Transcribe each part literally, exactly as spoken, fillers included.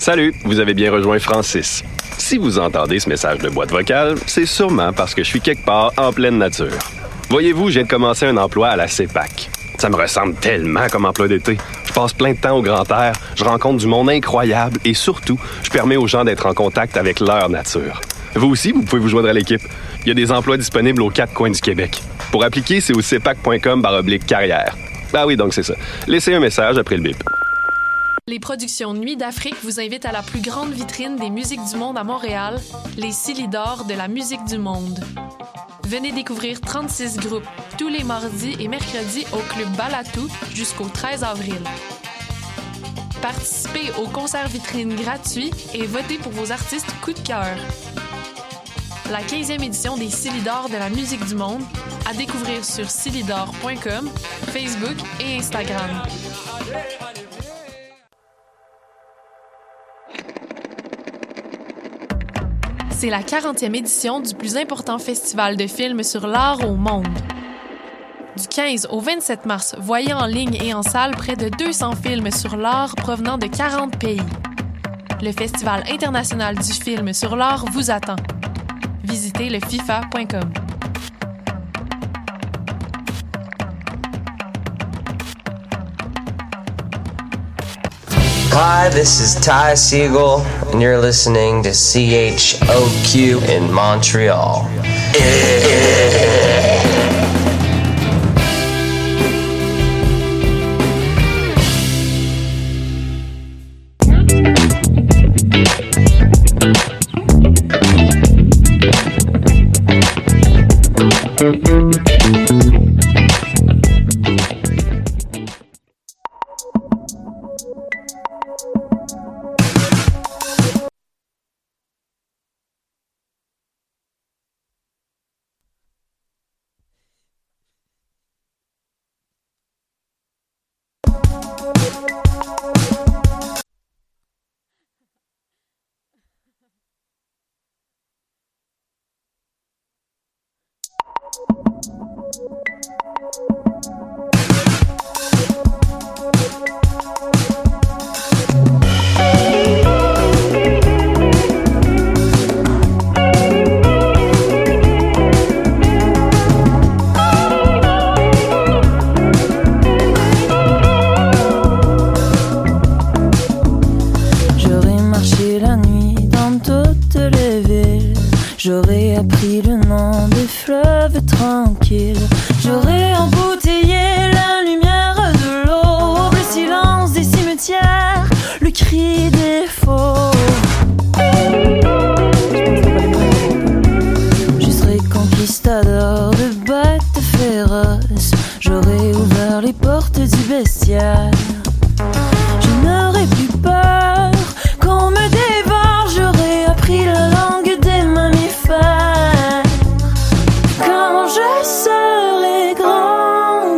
Salut, vous avez bien rejoint Francis. Si vous entendez ce message de boîte vocale, c'est sûrement parce que je suis quelque part en pleine nature. Voyez-vous, je viens de commencer un emploi à la CEPAC. Ça me ressemble tellement comme emploi d'été. Je passe plein de temps au grand air, je rencontre du monde incroyable et surtout, je permets aux gens d'être en contact avec leur nature. Vous aussi, vous pouvez vous joindre à l'équipe. Il y a des emplois disponibles aux quatre coins du Québec. Pour appliquer, c'est au cepac point com barre oblique carrière. Ah oui, donc c'est ça. Laissez un message après le bip. Les productions Nuit d'Afrique vous invitent à la plus grande vitrine des musiques du monde à Montréal, les Silidor de la musique du monde. Venez découvrir trente-six groupes tous les mardis et mercredis au Club Balatou jusqu'au treize avril. Participez au concert vitrine gratuit et votez pour vos artistes coup de cœur. La quinzième édition des Silidor de la musique du monde à découvrir sur silidor point com, Facebook et Instagram. C'est la quarantième édition du plus important festival de films sur l'art au monde. Du quinze au vingt-sept mars, voyez en ligne et en salle près de deux cents films sur l'art provenant de quarante pays. Le Festival international du film sur l'art vous attend. Visitez le fifa point com. Hi, this is Ty Siegel, and you're listening to C H O Q in Montreal. J'aurais appris le nom des fleuves tranquilles. J'aurais embouteillé la lumière de l'aube, le silence des cimetières, le cri des faux. Je serais conquistador de bêtes féroces. J'aurais ouvert les portes du bestiaire. Je n'aurais plus peur qu'on me dévore. J'aurais appris la langue des mammifères. Quand je serai grand,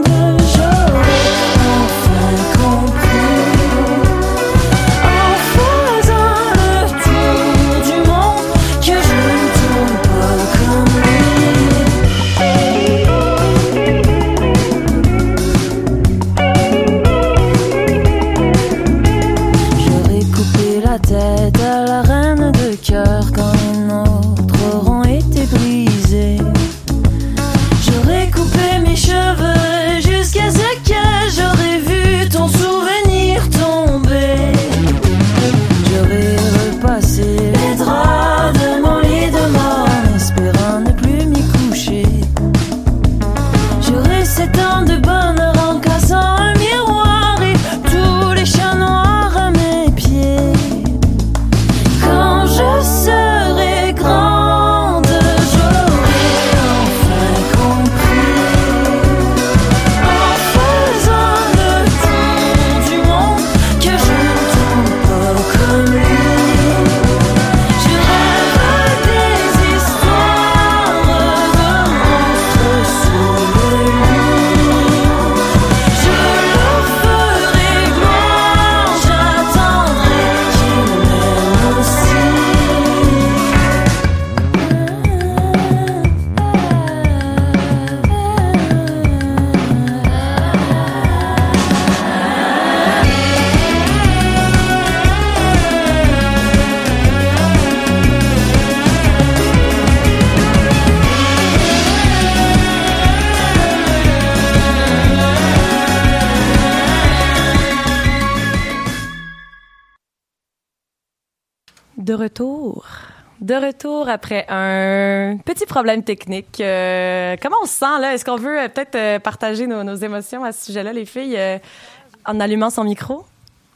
De retour. De retour après un petit problème technique. Euh, comment on se sent, là? Est-ce qu'on veut euh, peut-être euh, partager nos, nos émotions à ce sujet-là, les filles, euh, en allumant son micro?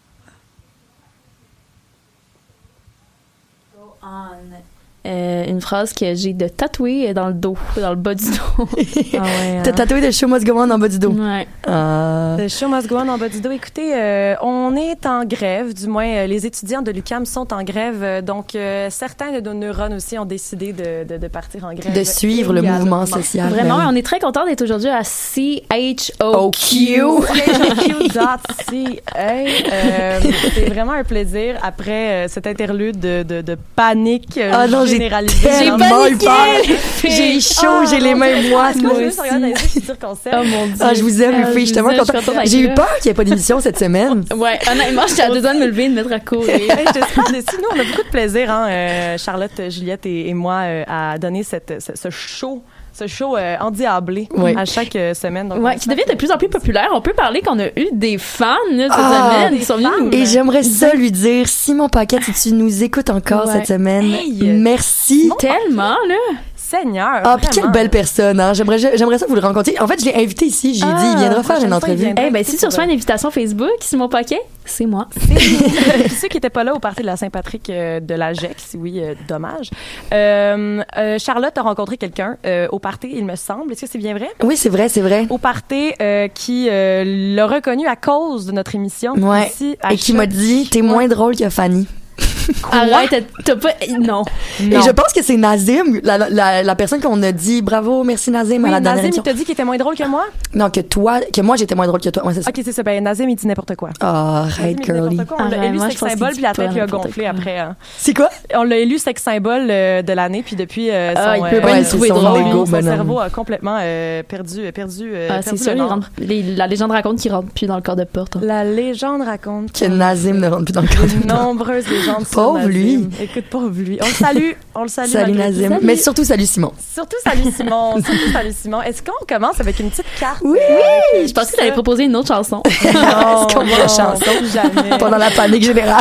Go on. Euh, une phrase que j'ai de tatouer dans le dos, dans le bas du dos. Ah ouais, hein? T'as tatoué de Show Must Go On en bas du dos. Ouais. Euh... The show must go on en bas du dos. Écoutez, euh, on est en grève, du moins euh, les étudiants de l'U Q A M sont en grève, euh, donc euh, certains de nos neurones aussi ont décidé de, de, de partir en grève. De suivre le également. mouvement social. Vraiment, on est très contents d'être aujourd'hui à C H O Q. C H O Q dot C A. Euh, c'est vraiment un plaisir après euh, cet interlude de, de, de panique euh, Ah non, j'ai généralisée. tellement paniqué, peur. les filles. J'ai chaud, Ah, j'ai les mon mains Dieu. moites, moi Moi aussi. aussi. Regarde, dans les yeux, je suis sûre qu'on s'aime. Oh mon Dieu. Ah, je vous aime, les Ah, filles. Je suis je tellement vous aime, je suis contente. contente d'être J'ai eu là. peur qu'il n'y ait pas d'émission cette semaine. Ouais, honnêtement, j'étais à deux doigts de me lever et de mettre à courir. Hey, je suis super déçue. Nous, on a beaucoup de plaisir, hein, euh, Charlotte, Juliette et, et moi, euh, à donner cette, ce, ce show, ce show euh, endiablé Oui. à chaque euh, semaine. Donc, Ouais, on qui devient de plus en plus populaire. On peut parler qu'on a eu des fans là, cette Ah, semaine. des Ils sont venus fans. nous... Et j'aimerais ça lui dire, Simon Paquette, si tu nous écoutes encore Ouais. cette semaine, Hey! merci. Tellement, là. Seigneur. Ah, puis quelle vraiment. belle personne, hein. J'aimerais, j'aimerais ça vous le rencontrer. En fait, je l'ai invité ici. J'ai Ah, dit, il viendra faire prochaine une fois, il entrevue. viendra. Eh ben, si tu pour, reçois euh, une invitation Facebook, Simon Paquet, c'est moi. Puis ceux qui n'étaient pas là au party de la Saint-Patrick euh, de la G E C, oui, euh, dommage. Euh, euh, Charlotte a rencontré quelqu'un euh, au party, il me semble. Est-ce que c'est bien vrai? Oui, c'est vrai, c'est vrai. Au party euh, qui euh, l'a reconnu à cause de notre émission. Ouais. Ici, à Et qui Choc. m'a dit, t'es moins drôle que Fanny. Arrête, t'as pas... Non. Et je pense que c'est Nazim, la, la, la personne qu'on a dit bravo, merci Nazim à Oui, la dernière Nazim, il émission. t'a dit qu'il était moins drôle que moi? Non, que toi, que moi j'étais moins drôle que toi. Ouais, c'est ça. Ok, c'est ça. Ben, Nazim, il dit n'importe quoi. Oh, Nazim, arrête, il dit girly. n'importe quoi. On l'a Arrête, élu moi, sex je pense symbole, qu'il puis la dit tête pas lui a n'importe gonflé quoi. après. hein. C'est quoi? On l'a élu sex symbole euh, de l'année, puis depuis euh, son, Ah, il peut euh, pas Ouais, nous c'est trouver son drôle. ego, son bonhomme. cerveau a complètement euh, perdu, perdu, euh, Ah, c'est perdu sûr, le il nord. rentre- les- la légende raconte qu'il rentre plus dans le corps de porte. hein. La légende raconte Que Nazim ne rentre plus dans le cadre. de nombreuses légendes sur Pauvre Nazim. lui. Écoute, pauvre lui. On le salue, on le salue. Salut malgré tout. Nazim. Salut. Mais surtout, salut Simon. Surtout salut Simon, surtout salut Simon. Est-ce qu'on commence avec une petite carte? Oui! Euh, Je pensais que t'avais proposé une autre chanson. Non, Est-ce qu'on met la non, chanson? Jamais. Pendant la panique générale.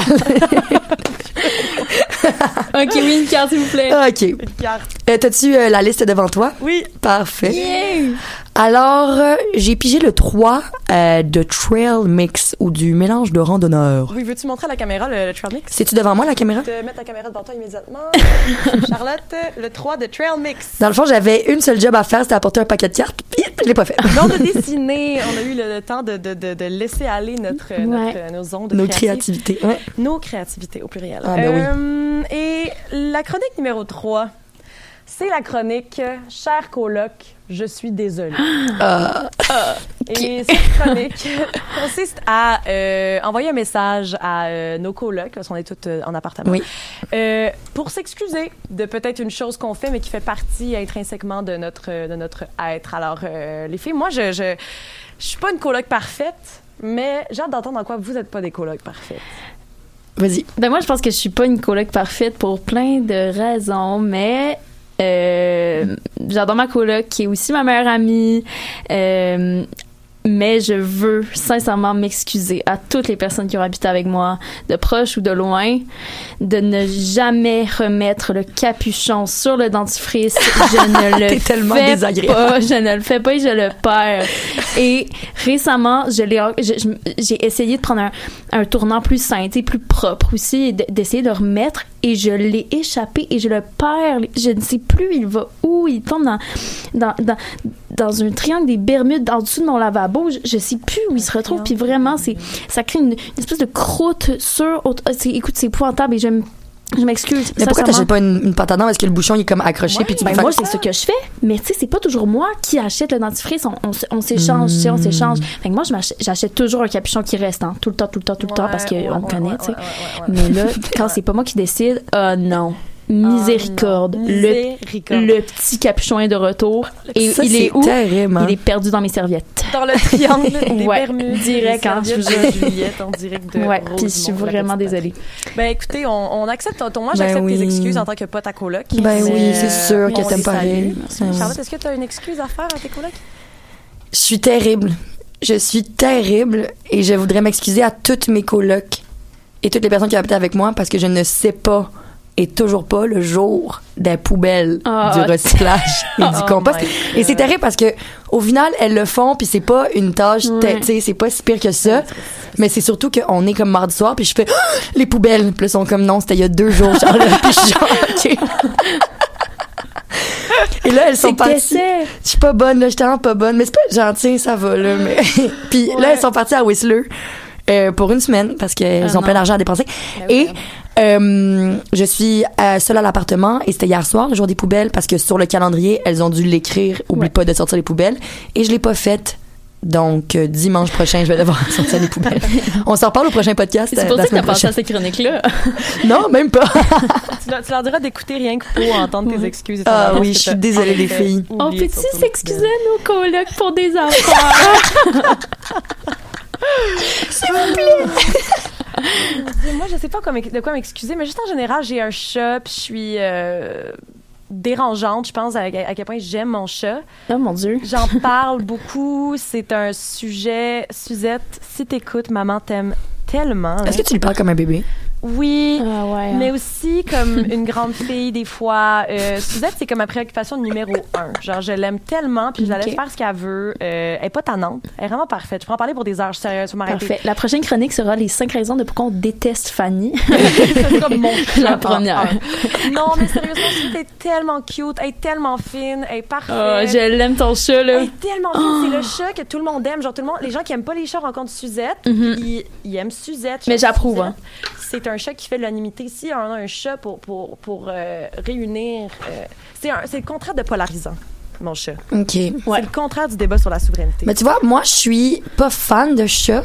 Ok, oui, une carte, s'il vous plaît. OK. Une carte. Euh, T'as-tu euh, la liste devant toi? Oui. Parfait. Yeah! Alors, euh, j'ai pigé le trois euh, de Trail Mix ou du mélange de randonneurs. Oui, veux-tu montrer à la caméra le, le Trail Mix? C'est-tu devant moi, la caméra? Te mettre la caméra devant toi immédiatement. Charlotte, le trois de Trail Mix. Dans le fond, j'avais une seule job à faire, c'était apporter un paquet de cartes. Puis, je l'ai pas fait. Non, de dessiner. On a eu le, le temps de, de, de, de laisser aller notre, Ouais. notre, nos ondes Nos créatives. créativités. Ouais. Nos créativités, au pluriel. Ah, ben oui. Euh, et la chronique numéro trois, c'est la chronique « Cher coloc, je suis désolée Ah, Et cette chronique consiste à euh, envoyer un message à euh, nos colocs, parce qu'on est toutes euh, en appartement, Oui. euh, pour s'excuser de peut-être une chose qu'on fait, mais qui fait partie intrinsèquement de notre, de notre être. Alors, euh, les filles, moi, je, je, je suis pas une coloc parfaite, mais j'ai hâte d'entendre en quoi vous n'êtes pas des colocs parfaites. vas-y. Ben moi, je pense que je suis pas une coloc parfaite pour plein de raisons, mais euh, j'adore ma coloc qui est aussi ma meilleure amie. Euh, mais je veux sincèrement m'excuser à toutes les personnes qui ont habité avec moi, de proche ou de loin, de ne jamais remettre le capuchon sur le dentifrice. Je ne le T'es tellement fais désagréable. pas, je ne le fais pas et je le perds. Et récemment, je l'ai, je- je- j'ai essayé de prendre un, un tournant plus sain, tu sais, plus propre aussi, et de- d'essayer de le remettre, et je l'ai échappé et je le perds. Je ne sais plus il va où, il tombe dans, dans, dans, dans un triangle des Bermudes en dessous de mon lavabo. Je, je sais plus où il se retrouve, puis vraiment, c'est, ça crée une, une espèce de croûte sur... c'est- écoute, c'est épouvantable et je m- je m'excuse. Mais pourquoi sincèrement. t'achètes pas une, une pâte à dents? Est-ce que le bouchon il est comme accroché? Ouais, puis tu Ben peux moi, faire- c'est ce que je fais. Mais tu sais, c'est pas toujours moi qui achète le dentifrice. On, on, s- on s'échange, tu sais, on s'échange. Fait que moi, je m'achète- j'achète toujours un capuchon qui reste, hein, tout le temps, tout le temps, tout le temps, parce qu'on Ouais, ouais, me connaît, ouais, tu sais. ouais, ouais, ouais, ouais. Mais là, quand c'est pas moi qui décide, ah non. Miséricorde. Ah, non. le, Miséricorde. le petit capuchon est de retour. Et Ça, il c'est est où? terrible, hein. Il est perdu dans mes serviettes. Dans le triangle des Ouais, Bermudes. direct, des hein, je vous serviettes jure. de Juliette en direct de Ouais, Rosemont, puis je suis la vraiment petite désolée. patrie. Ben écoutez, on, on accepte ton, moi Ben j'accepte oui. tes excuses en tant que pote à coloc. Ben mais, oui, c'est sûr euh, que on t'aimes les pareil. salue. Ouais. Charlotte, est-ce que tu as une excuse à faire à tes colocs? Je suis terrible. Je suis terrible et je voudrais m'excuser à toutes mes colocs et toutes les personnes qui habitent avec moi parce que je ne sais pas est toujours pas le jour des poubelles, Oh. du recyclage et du Oh compost. my Et c'est terrible parce que au final, elles le font, puis c'est pas une tâche, Ouais. tu sais, c'est pas si pire que ça. Mais c'est surtout qu'on est comme mardi soir, puis je fais Ah, les poubelles. Puis là, ils sont comme non, c'était il y a deux jours, genre, puis je suis genre, OK. Et là, elles sont C'est parties. qu'essai. Je suis pas bonne, là, j'étais vraiment pas bonne, mais c'est pas gentil, ça va, là. Mais... Puis là, elles sont parties à Whistler euh, pour une semaine parce qu'elles Ah ont plein non. d'argent à dépenser. Et euh, je suis euh, seule à l'appartement et c'était hier soir, le jour des poubelles, parce que sur le calendrier, elles ont dû l'écrire, oublie Ouais. pas de sortir les poubelles. Et je l'ai pas faite. Donc, euh, dimanche prochain, je vais devoir sortir les poubelles. On s'en reparle au prochain podcast. C'est euh, pour la ça que t'as semaine pensé à prochaine. ces chroniques-là. Non, même pas. Tu, leur- tu leur diras d'écouter rien que pour entendre tes excuses. et Ah savoir oui, ce je que suis t'as désolée, en les effet filles. On oublié peut-tu sur ton s'excuser poubelle. à nos colocs pour des affaires? Moi, je sais pas comment- de quoi m'excuser, mais juste en général, j'ai un chat, puis je suis euh, dérangeante, je pense, à, à quel point j'aime mon chat. Oh mon Dieu. J'en parle beaucoup. C'est un sujet. Suzette, si t'écoutes, maman t'aime tellement. Est-ce là. que tu lui parles comme un bébé? Oui. Ah ouais. Mais aussi comme une grande fille, des fois. Euh, Suzette, c'est comme ma préoccupation numéro un. Genre, je l'aime tellement, puis je la laisse Ok. faire ce qu'elle veut. Euh, elle est pas tannante. Elle est vraiment parfaite. Je peux en parler pour des heures. Je suis sérieuse, faut m'arrêter. Parfait. La prochaine chronique sera les cinq raisons de pourquoi on déteste Fanny. C'est comme mon chat La en première. un. Non, mais sérieusement, Suzette est tellement cute. Elle est tellement fine. Elle est parfaite. Oh, je l'aime ton chat, là. Elle est tellement fine. C'est le chat que tout le monde aime. Genre, tout le monde, les gens qui aiment pas les chats rencontrent Suzette. Ils, ils aiment Suzette. Mais Chat j'approuve, Suzette. hein. C'est un chat qui fait de l'animité. Si on a un chat pour, pour, pour euh, réunir. euh, c'est, un, c'est le contraire de polarisant, mon chat. OK. C'est le contraire du débat sur la souveraineté. Mais tu vois, moi, je suis pas fan de chat.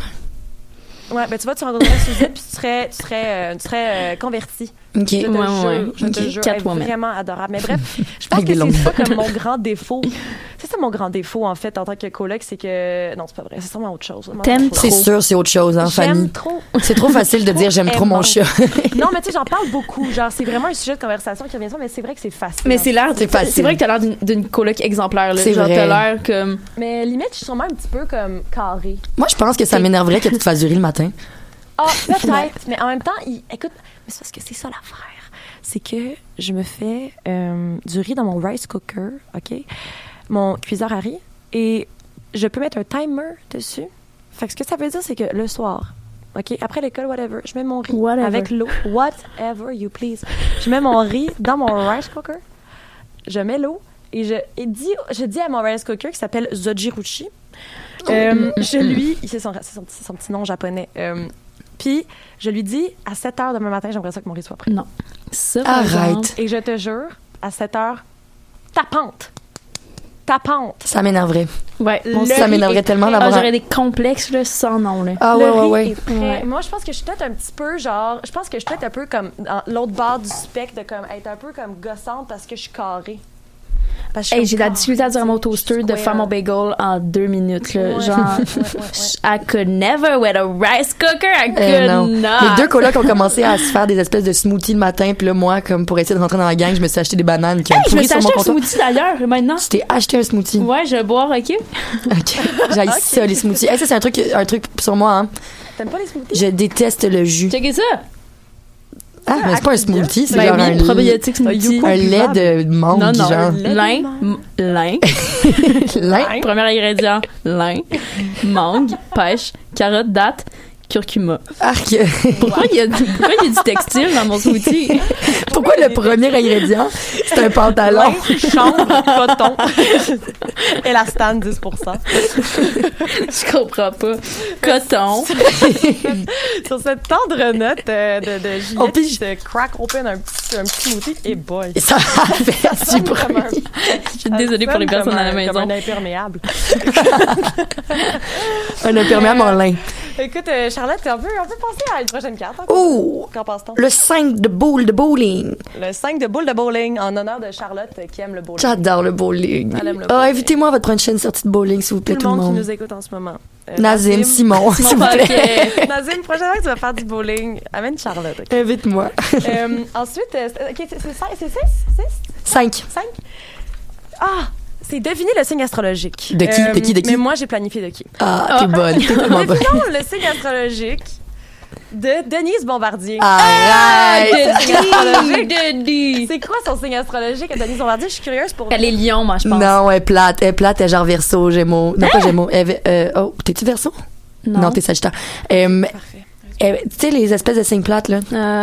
Ouais, ben tu vois, tu rencontrerais Suzette, puis tu serais, tu serais, euh, tu serais euh, converti. OK. Je te Ouais, jure, ouais. je te Ok. jure, elle est Catwoman. vraiment adorable. Mais bref, je pense Avec des que longues c'est ça bottes. comme mon grand défaut. C'est ça mon grand défaut, en fait, en tant que coloc, c'est que... Non, c'est pas vrai, c'est sûrement autre chose. Vraiment T'aimes autre C'est chose. sûr, c'est autre chose, hein, J'aime Fanny. trop. C'est trop facile de dire j'aime trop mon aimant. chat. Non, mais tu sais, j'en parle beaucoup. Genre, c'est vraiment un sujet de conversation qui revient souvent, mais c'est vrai que c'est facile. Mais c'est l'air, C'est facile. c'est vrai que t'as l'air d'une, d'une coloc exemplaire, là. C'est Genre, vrai. t'as l'air comme. Mais limite, je suis sûrement un petit peu comme carré. Moi, je pense que ça m'énerverait que tu te fasses du riz le matin. Ah, peut-être. Mais en même temps, il... écoute, mais c'est parce que c'est ça l'affaire. C'est que je me fais euh, du riz dans mon rice cooker, OK? Mon cuiseur à riz. Et je peux mettre un timer dessus. Fait que ce que ça veut dire, c'est que le soir, OK? Après l'école, whatever, je mets mon riz Whatever. avec l'eau. Whatever you please. Je mets mon riz dans mon rice cooker. Je mets l'eau. Et je, et dis, je dis à mon rice cooker qui s'appelle Zojiruchi. Euh, je lui... C'est son, c'est son, petit- son petit nom japonais. Euh, Puis, je lui dis, à sept heures demain matin, j'aimerais ça que mon riz soit prêt. Non. Ça, par Arrête. exemple, Et je te jure, à sept heures, tapante. Tapante. Ça m'énerverait. Ouais. Le Mon Ça riz m'énerverait est tellement prêt. Ah, d'avoir un... j'aurais des complexes, là, sans nom, là. Ah le ouais, ouais, riz ouais. est prêt. Ouais. Moi, je pense que je suis peut-être un petit peu genre... Je pense que je suis peut-être un peu comme dans l'autre bord du spectre de comme être un peu comme gossante parce que je suis carrée. Parce que je Hey, suis j'ai la carrée, difficulté à dire à mon tu sais, toaster je suis de faire mon square. bagel en deux minutes, là. Ouais, Genre, ouais, ouais, ouais. I could never with a rice cooker. I could Euh, non. not. Les deux colocs ont commencé à se faire des espèces de smoothies le matin, puis là, moi, comme pour essayer de rentrer dans la gang, je me suis acheté des bananes qui ont Hey, je me pourri suis sur mon acheté un comptoir. smoothie d'ailleurs, maintenant. Je t'ai acheté un smoothie. Ouais, je vais boire, OK? OK. J'aille ça, les smoothies. Hey, ça, c'est un truc, un truc sur moi, hein. T'aimes pas les smoothies? Je déteste le jus. Checkez ça. Ah, mais c'est pas un smoothie, c'est Ben genre oui, un, probiotique smoothie. un lait de mangue, Non, non. genre. Lin, m- lin, Lin. premier ingrédient, lin, mangue, pêche, carotte, date, curcuma. Arc. Pourquoi il y a, pourquoi il y a du textile dans mon smoothie? Pourquoi le premier ingrédient, c'est un pantalon? Lin, chanvre, coton. Élastane, dix pour cent. Je comprends pas. Coton. Sur cette tendre note euh, de, de Juliette On pige. qui se crack open un petit, un petit smoothie, et boy. Ça a fait Ça sonne du comme bruit. un- Je suis désolée pour les ça sonne personnes comme à la un- maison. Comme un imperméable. Un imperméable en lin. Écoute, euh, Charlotte, on peut, on peut penser à une prochaine carte. hein? Oh! Qu'en passe-t-on? Le cinq de boule de bowling. Le cinq de boule de bowling en honneur de Charlotte euh, qui aime le bowling. J'adore le bowling. Elle aime le Ah, bowling. invitez-moi à votre prochaine sortie de bowling, s'il vous plaît, Tout tout le le monde qui monde. nous écoute en ce moment. Euh, Nazim, Simon, s'il vous plaît. Paquet. Nazim, prochaine fois que tu vas faire du bowling, amène Charlotte. ok? Invite-moi. Euh, ensuite, euh, c'est- ok, c'est c'est cinq- c'est six? Six? Cinq. Cinq? Ah! C'est deviner le signe astrologique. De qui? De qui? De qui? Mais moi, j'ai planifié de qui. Ah, t'es bonne. T'es tellement bonne. Devinons le signe astrologique de Denise Bombardier. Arrête! Denis! C'est quoi son signe astrologique à Denise Bombardier? Je suis curieuse pour... Elle est lion, moi, je pense. Non, elle est plate. Elle est plate, elle est genre Verseau, Gémeaux. Non, pas Gémeaux. Elle est- euh, oh, t'es-tu Verseau? Non. Non, t'es Sagittaire. Euh, Parfait. euh, tu sais, les espèces de signes plates, là.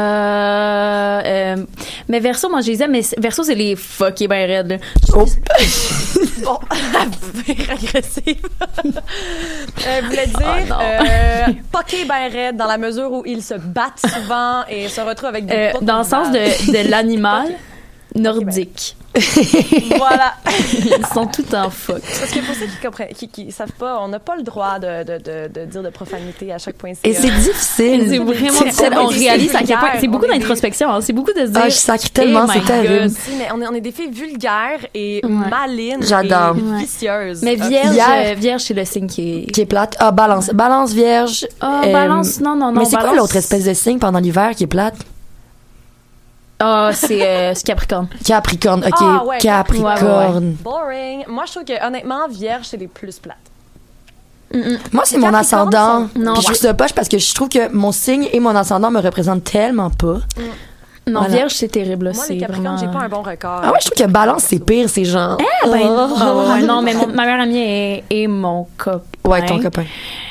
Euh, euh, mais Verseau, moi, je les aime, mais Verseau, c'est les fuckés ben raides, là. Oh. Bon, agressive. euh, voulait dire Oh, non. euh, poké ben raide dans la mesure où ils se battent souvent et se retrouvent avec des Euh, pocs dans le sens de, de l'animal nordique. Voilà. Ils sont tout en fuck. Parce que pour ceux qui comprennent, qui, qui savent pas, on n'a pas le droit de, de, de, de dire de profanité à chaque point. Et c'est difficile. C'est vraiment c'est- difficile. On c'est réalise à quel point. C'est vulgaire. beaucoup On est des- d'introspection. hein. C'est beaucoup de se dire. Ah, je sacre tellement, Eh c'est my terrible. God. Si, mais on est, on est des filles vulgaires et Ouais. malines. J'adore. Et Ouais. vicieuses. Mais Euh, vierge, Hier- euh, vierge, c'est le signe qui est. Qui est plate. Ah, balance. Balance vierge. Ah, Euh, balance. Non, non, non. Mais c'est quoi balance. l'autre espèce de signe pendant l'hiver qui est plate? Ah, c'est euh, c'est Capricorne. Capricorne. OK. Ah, ouais, Capricorne. Boring. Moi, je trouve que honnêtement, vierge, c'est les plus plates. Moi, c'est mon Capricorne ascendant. sont- Non, Puis je ouais. trouve ça poche parce que je trouve que mon signe et mon ascendant me représentent tellement pas. Non, Voilà. vierge, c'est terrible. là. Moi, C'est les Capricornes, vraiment... j'ai pas un bon record. Ah ouais, je trouve que balance, c'est pire. C'est genre. Ah, ben, Oh. ah ouais, non, mais mon- ma meilleure amie est, est mon copain. Ouais, ton copain.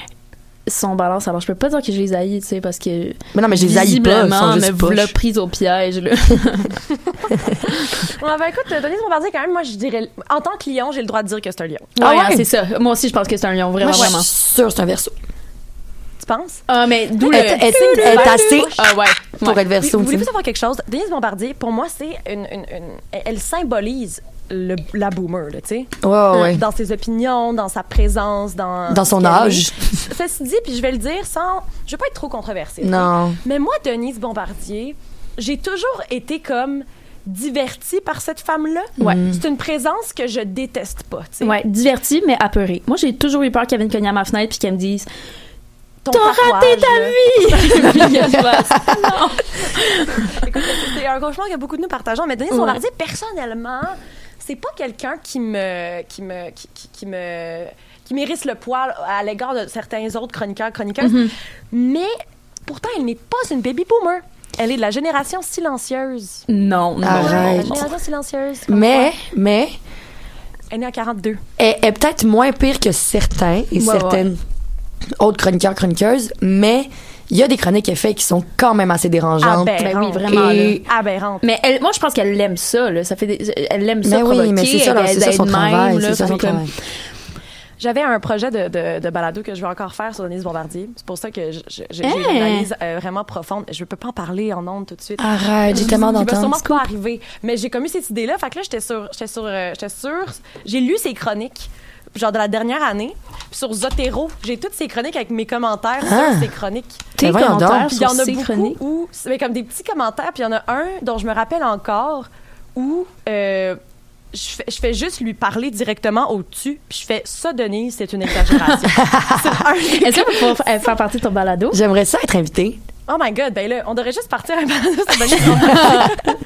Son balance, alors je peux pas dire que je les haïs, tu sais, parce que. Mais non, mais je les haïs pas. Ils visiblement, sont juste me v'là poches. prise au piège, là. Ouais, ben écoute, Denise Bombardier, quand même, moi, je dirais, en tant que lion, j'ai le droit de dire que c'est un lion. Ah ouais, ouais? hein, c'est ça. Moi aussi, je pense que c'est un lion, vraiment, Moi, je vraiment. suis sûre que c'est un verso. Tu penses? Ah, mais d'où le. Elle elle- elle est assez Ah, ouais. pour ouais. être verso. Voulez-vous tu sais. savoir quelque chose? Denise Bombardier, pour moi, c'est une, une, une- elle- Elle symbolise le, la boomer, là, tu sais. Ouais, ouais, ouais. Dans ses opinions, dans sa présence, dans... Dans son ce qu'elle âge. est. Ceci dit, puis je vais le dire sans... Je veux pas être trop controversée. ok? Non. Mais moi, Denise Bombardier, j'ai toujours été comme divertie par cette femme-là. Ouais. C'est une présence que je déteste pas, tu sais. Ouais, divertie, mais apeurée. Moi, j'ai toujours eu peur qu'elle vienne cogner à ma fenêtre puis qu'elle me dise Ton T'as raté tatouage, ta là. vie! Puis que je fasse, non. Écoute, c'est un cauchemar que beaucoup de nous partageons. Mais Denise Ouais. Bombardier, personnellement, c'est pas quelqu'un qui me, qui me, qui, qui, qui me, qui m'érisse le poil à l'égard de certains autres chroniqueurs, chroniqueuses. Mhm. Mais pourtant, elle n'est pas une baby boomer. Elle est de la génération silencieuse. Non, non. Arrête. La Ouais. génération silencieuse. comme Mais, quoi. mais, Elle est née en quarante-deux. elle est peut-être moins pire que certains et Ouais, certaines autres chroniqueurs, chroniqueuses, mais il y a des chroniques qu'elle fait qui sont quand même assez dérangeantes. Aberrante. Ben oui, vraiment, Et- Aberrante. Mais elle, moi, je pense qu'elle aime ça, là. Ça fait des- elle aime ça Mais provoquer. oui, mais c'est ça, elle, là, c'est elle ça aide son même, travail. là. C'est ça Ça son fait comme- travail. J'avais un projet de, de, de balado que je veux encore faire sur Denise Bombardier. C'est pour ça que je- je- j'ai Hey. une analyse euh, vraiment profonde. Je peux pas en parler en ondes tout de suite. Arrête, j'ai tellement Qui va d'entendre. sûrement pas arriver. Mais j'ai commis cette idée-là. Fait que là, j'étais sur, j'étais sur, euh, j'étais sur, j'ai lu ses chroniques, genre de la dernière année. Puis sur Zotero, j'ai toutes ses chroniques avec mes commentaires Ah. sur ses chroniques. Tes Ben voyons commentaires donc. Puis il y sur en a ses beaucoup chroniques. où, mais comme des petits commentaires. Puis il y en a un dont je me rappelle encore où euh, je, fais, je fais juste lui parler directement au-dessus. Puis je fais ça, Denise, c'est une exagération. C'est un des- Est-ce qu'on peut faire, faire partie de ton balado? J'aimerais ça être invitée. Oh my God, ben là, on devrait juste partir un balado sur Denise Bombardier.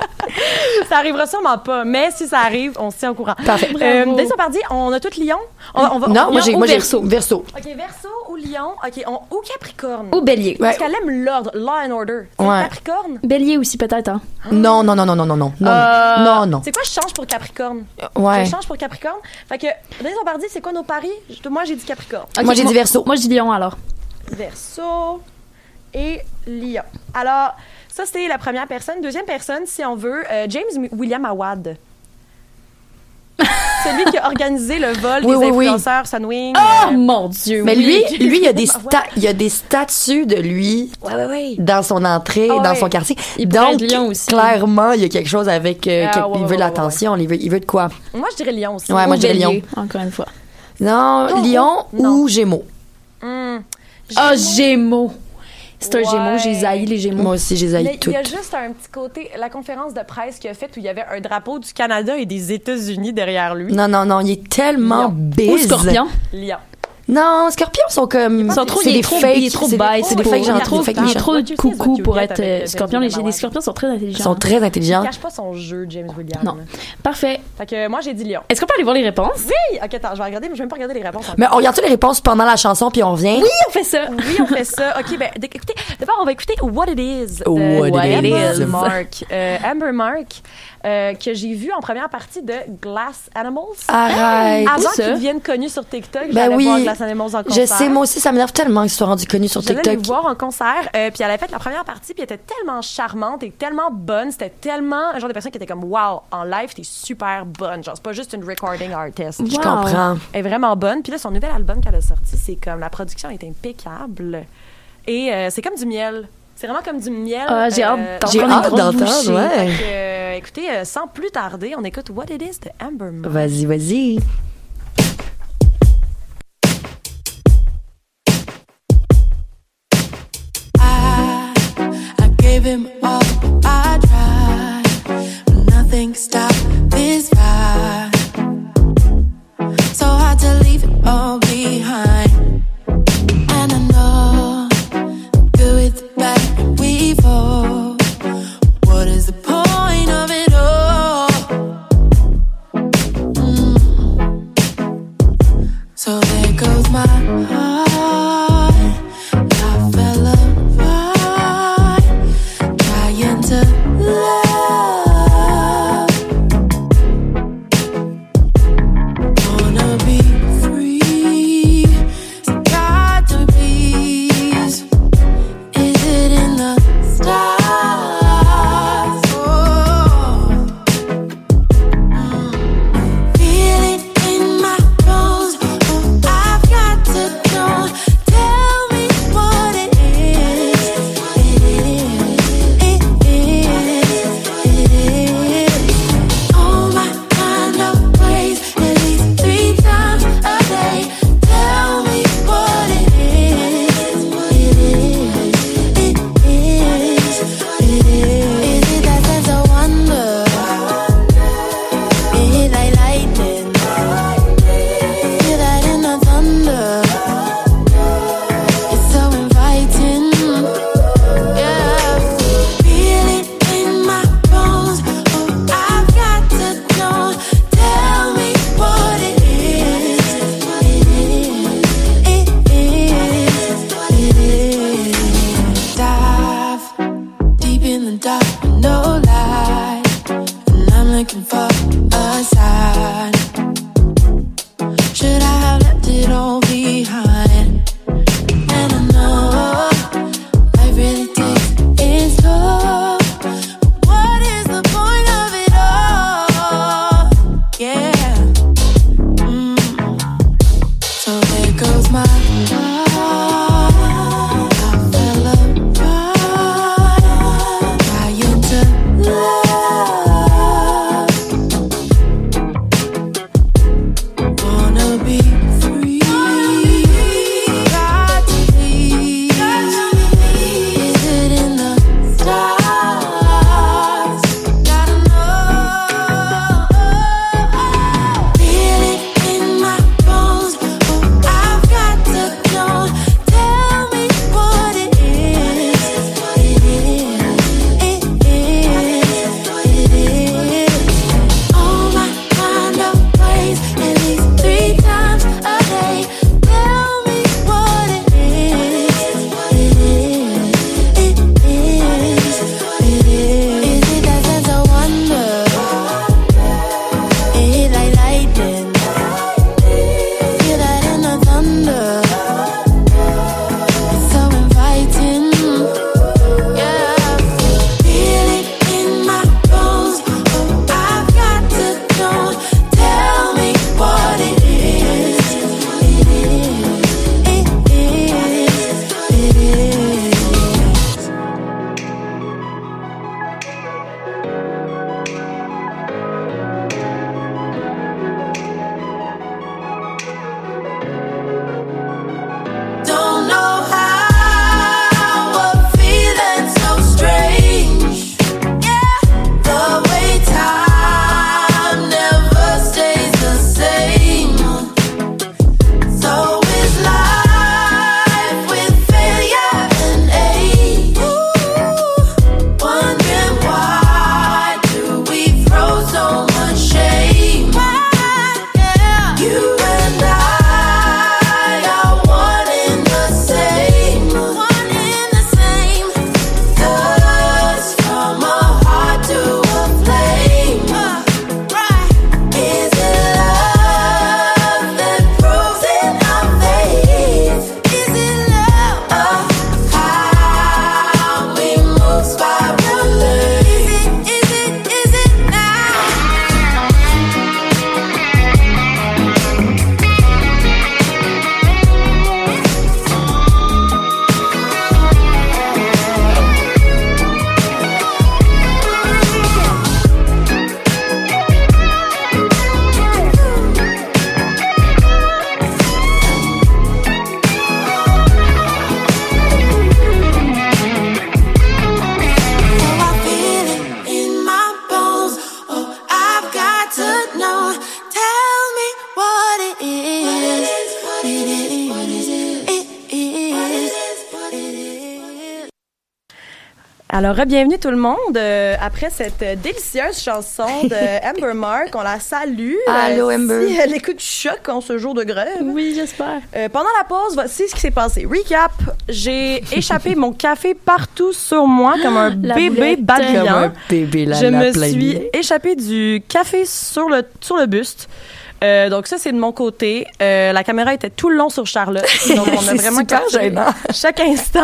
Ça arrivera sûrement pas, mais si ça arrive, on se tient au courant. Parfait. Euh, Bravo. Denise Bombardier, on a toutes Lion. On, on va, Non, on- moi j'ai ou moi j'ai Verseau. Verseau. OK, Verseau ou Lion. OK, on, ou Capricorne. Ou Bélier. Ouais. Parce qu'elle aime l'ordre, law and order. C'est Ouais. Capricorne. Bélier aussi, peut-être, hein? Non, non, non, non, non, non, non, non, Euh, non, non. C'est quoi, je change pour Capricorne? Ouais. Je change pour Capricorne. Fait que, Denise Bombardier, c'est quoi nos paris? Je- Moi, j'ai dit Capricorne. Ok, Moi j'ai dit Verseau. Moi, je dis Lion, alors. Verseau et Lion. Alors, ça, c'était la première personne. Deuxième personne, si on veut, euh, James William Awad. Celui qui a organisé le vol Oui, des oui, oui. influenceurs Sunwing. Oh, euh, mon Dieu! Mais oui. lui, lui, il y a des Ah, ouais. sta- il y a des statues de lui ouais, ouais, ouais. dans son entrée, Ah dans ouais. son quartier. Il pourrait Donc, être lion aussi. clairement, il y a quelque chose avec. euh, Ah, que- ouais, il ouais, veut ouais, l'attention, il veut, il veut de quoi? Moi, je dirais Lion aussi. Ouais, moi, Ou je dirais Bélier, Lion. encore une fois. Non, Non, Lion non. ou Gémeaux. Hum. Ah, Gémeaux! C'est un Ouais. Gémeaux, j'ai haï les Gémeaux. Moi aussi, je les haïs Mais il toutes. y a juste un petit côté, la conférence de presse qu'il a faite où il y avait un drapeau du Canada et des États-Unis derrière lui. Non, non, non, il est tellement Lion. bise. Ou Scorpion. Lion. Non, Scorpions sont comme. Ils sont trop, c'est il est des trop, fakes. il est trop c'est bête. C'est des pour- fakes il est gentils, trop, des fakes il est méchants. trop Tu sais, coucou The pour Juliette être avec, euh, euh, Scorpion. James Les, Williams, les ouais. Scorpions sont très Ils intelligents. sont très Il intelligents. cache pas son jeu, James Williams. Non. Parfait. Fait que moi, j'ai dit Lion. Est-ce qu'on peut aller voir les réponses? Oui! Ok, attends, je vais regarder, mais je vais même pas regarder les réponses. Mais on regarde les réponses pendant la chanson, puis on revient. Oui, on fait ça. Oui, on fait ça. OK, ben, d- écoutez, d'abord, on va écouter What It Is de What It Amber Is. Mark. Euh, Amber Mark, euh, que j'ai vu en première partie de Glass Animals. Arrête. Avant ça. qu'ils deviennent connus sur TikTok, Ben j'allais oui. voir Glass Animals en concert. Je sais, moi aussi, ça m'énerve tellement qu'ils soient rendus connus sur J'allais TikTok. les voir en concert, euh, puis elle a fait la première partie, puis elle était tellement charmante et tellement bonne. C'était tellement un genre de personne qui était comme, wow, en live, t'es super bonne. Genre, c'est pas juste une recording artist. Je Wow. comprends. Elle est vraiment bonne. Puis là, son nouvel album qu'elle a sorti, c'est comme la production est impeccable. Et euh, c'est comme du miel. C'est vraiment comme du miel. Ah, j'ai hâte euh, d'entendre J'ai une hâte grosse d'entendre, bouchée. ouais. Fait que, euh, écoutez, euh, sans plus tarder, on écoute What It Is de Amber Mark. Vas-y, vas-y. I, I gave him all I tried, but nothing stopped this fight. So hard to leave it all behind. And I know the good with the bad we fall. What is the point of it all? Mm. So there goes my heart. I fell apart, trying to love. Wanna be free, so God to please. Is it in the stars? Oh. Mm. Feel it in my bones. Oh, I've got to know. Tell me what it is. It is. It is. It is. All my kind of ways, at least three times a day. Tell me what it is. It is. It is. It is. Is it that sense of wonder? It hit like lightning. Feel that in the thunder. It's so inviting. Yeah. Feel it in my bones. Oh, I've got to know. Tell me what it is. It is. It is. It is. Dive deep in the dark with no light, and I'm looking for a sign. Should I have left it all behind? And I know life really takes its toll. But what is the point of it all? Yeah. Mm. So there goes my heart. I fell apart, trying to love. Alors, bienvenue tout le monde. Euh, après cette euh, délicieuse chanson de Amber Mark, on la salue. Allô, Euh, Amber. Si elle écoute Choc en ce jour de grève. Oui, j'espère. Euh, pendant la pause, voici ce qui s'est passé. Recap, j'ai échappé mon café partout sur moi comme un La bébé boulette. babillant. Comme un bébé là, Je là, me plein de suis vie. échappé du café sur le, sur le buste. Euh, donc ça, c'est de mon côté. Euh, la caméra était tout le long sur Charlotte. Donc on a C'est vraiment super capturé gênant. chaque instant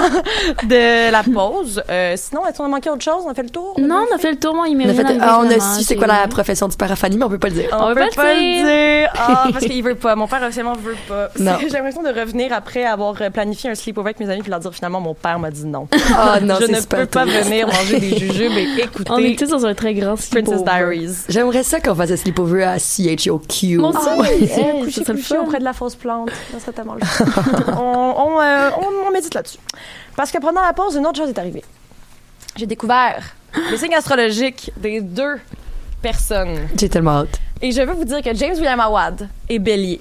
de la pause. Euh, sinon, est-ce qu'on a manqué autre chose? On a fait le tour? Non, on a fait le tour, moi, il On a, mérite fait, d'arriver, ah, on a finalement, su c'est j'ai- quoi la profession du père à Fanny, mais on peut pas le dire. On, On peut peut pas, pas le le dire. Ah, parce qu'il veut pas. Mon père officiellement veut pas. Non. C'est- J'ai l'impression de revenir après avoir planifié un sleepover avec mes amis puis leur dire finalement mon père m'a dit non. Ah non, Je c'est ne super peux pas triste. venir manger des jujubes et écouter On est tous dans un très grand Princess sleepover. Diaries. J'aimerais ça qu'on fasse un sleepover à C H O Q. Moi aussi. Ah oui, Hey, c'est ça coucher, serait le coucher fun. auprès de la fausse plante. Ça serait tellement le fun. on, on, euh, on, on médite là-dessus. Parce que pendant la pause, une autre chose est arrivée. J'ai découvert les signes astrologiques des deux personnes. J'ai tellement hâte. Et je veux vous dire que James William Awad est bélier.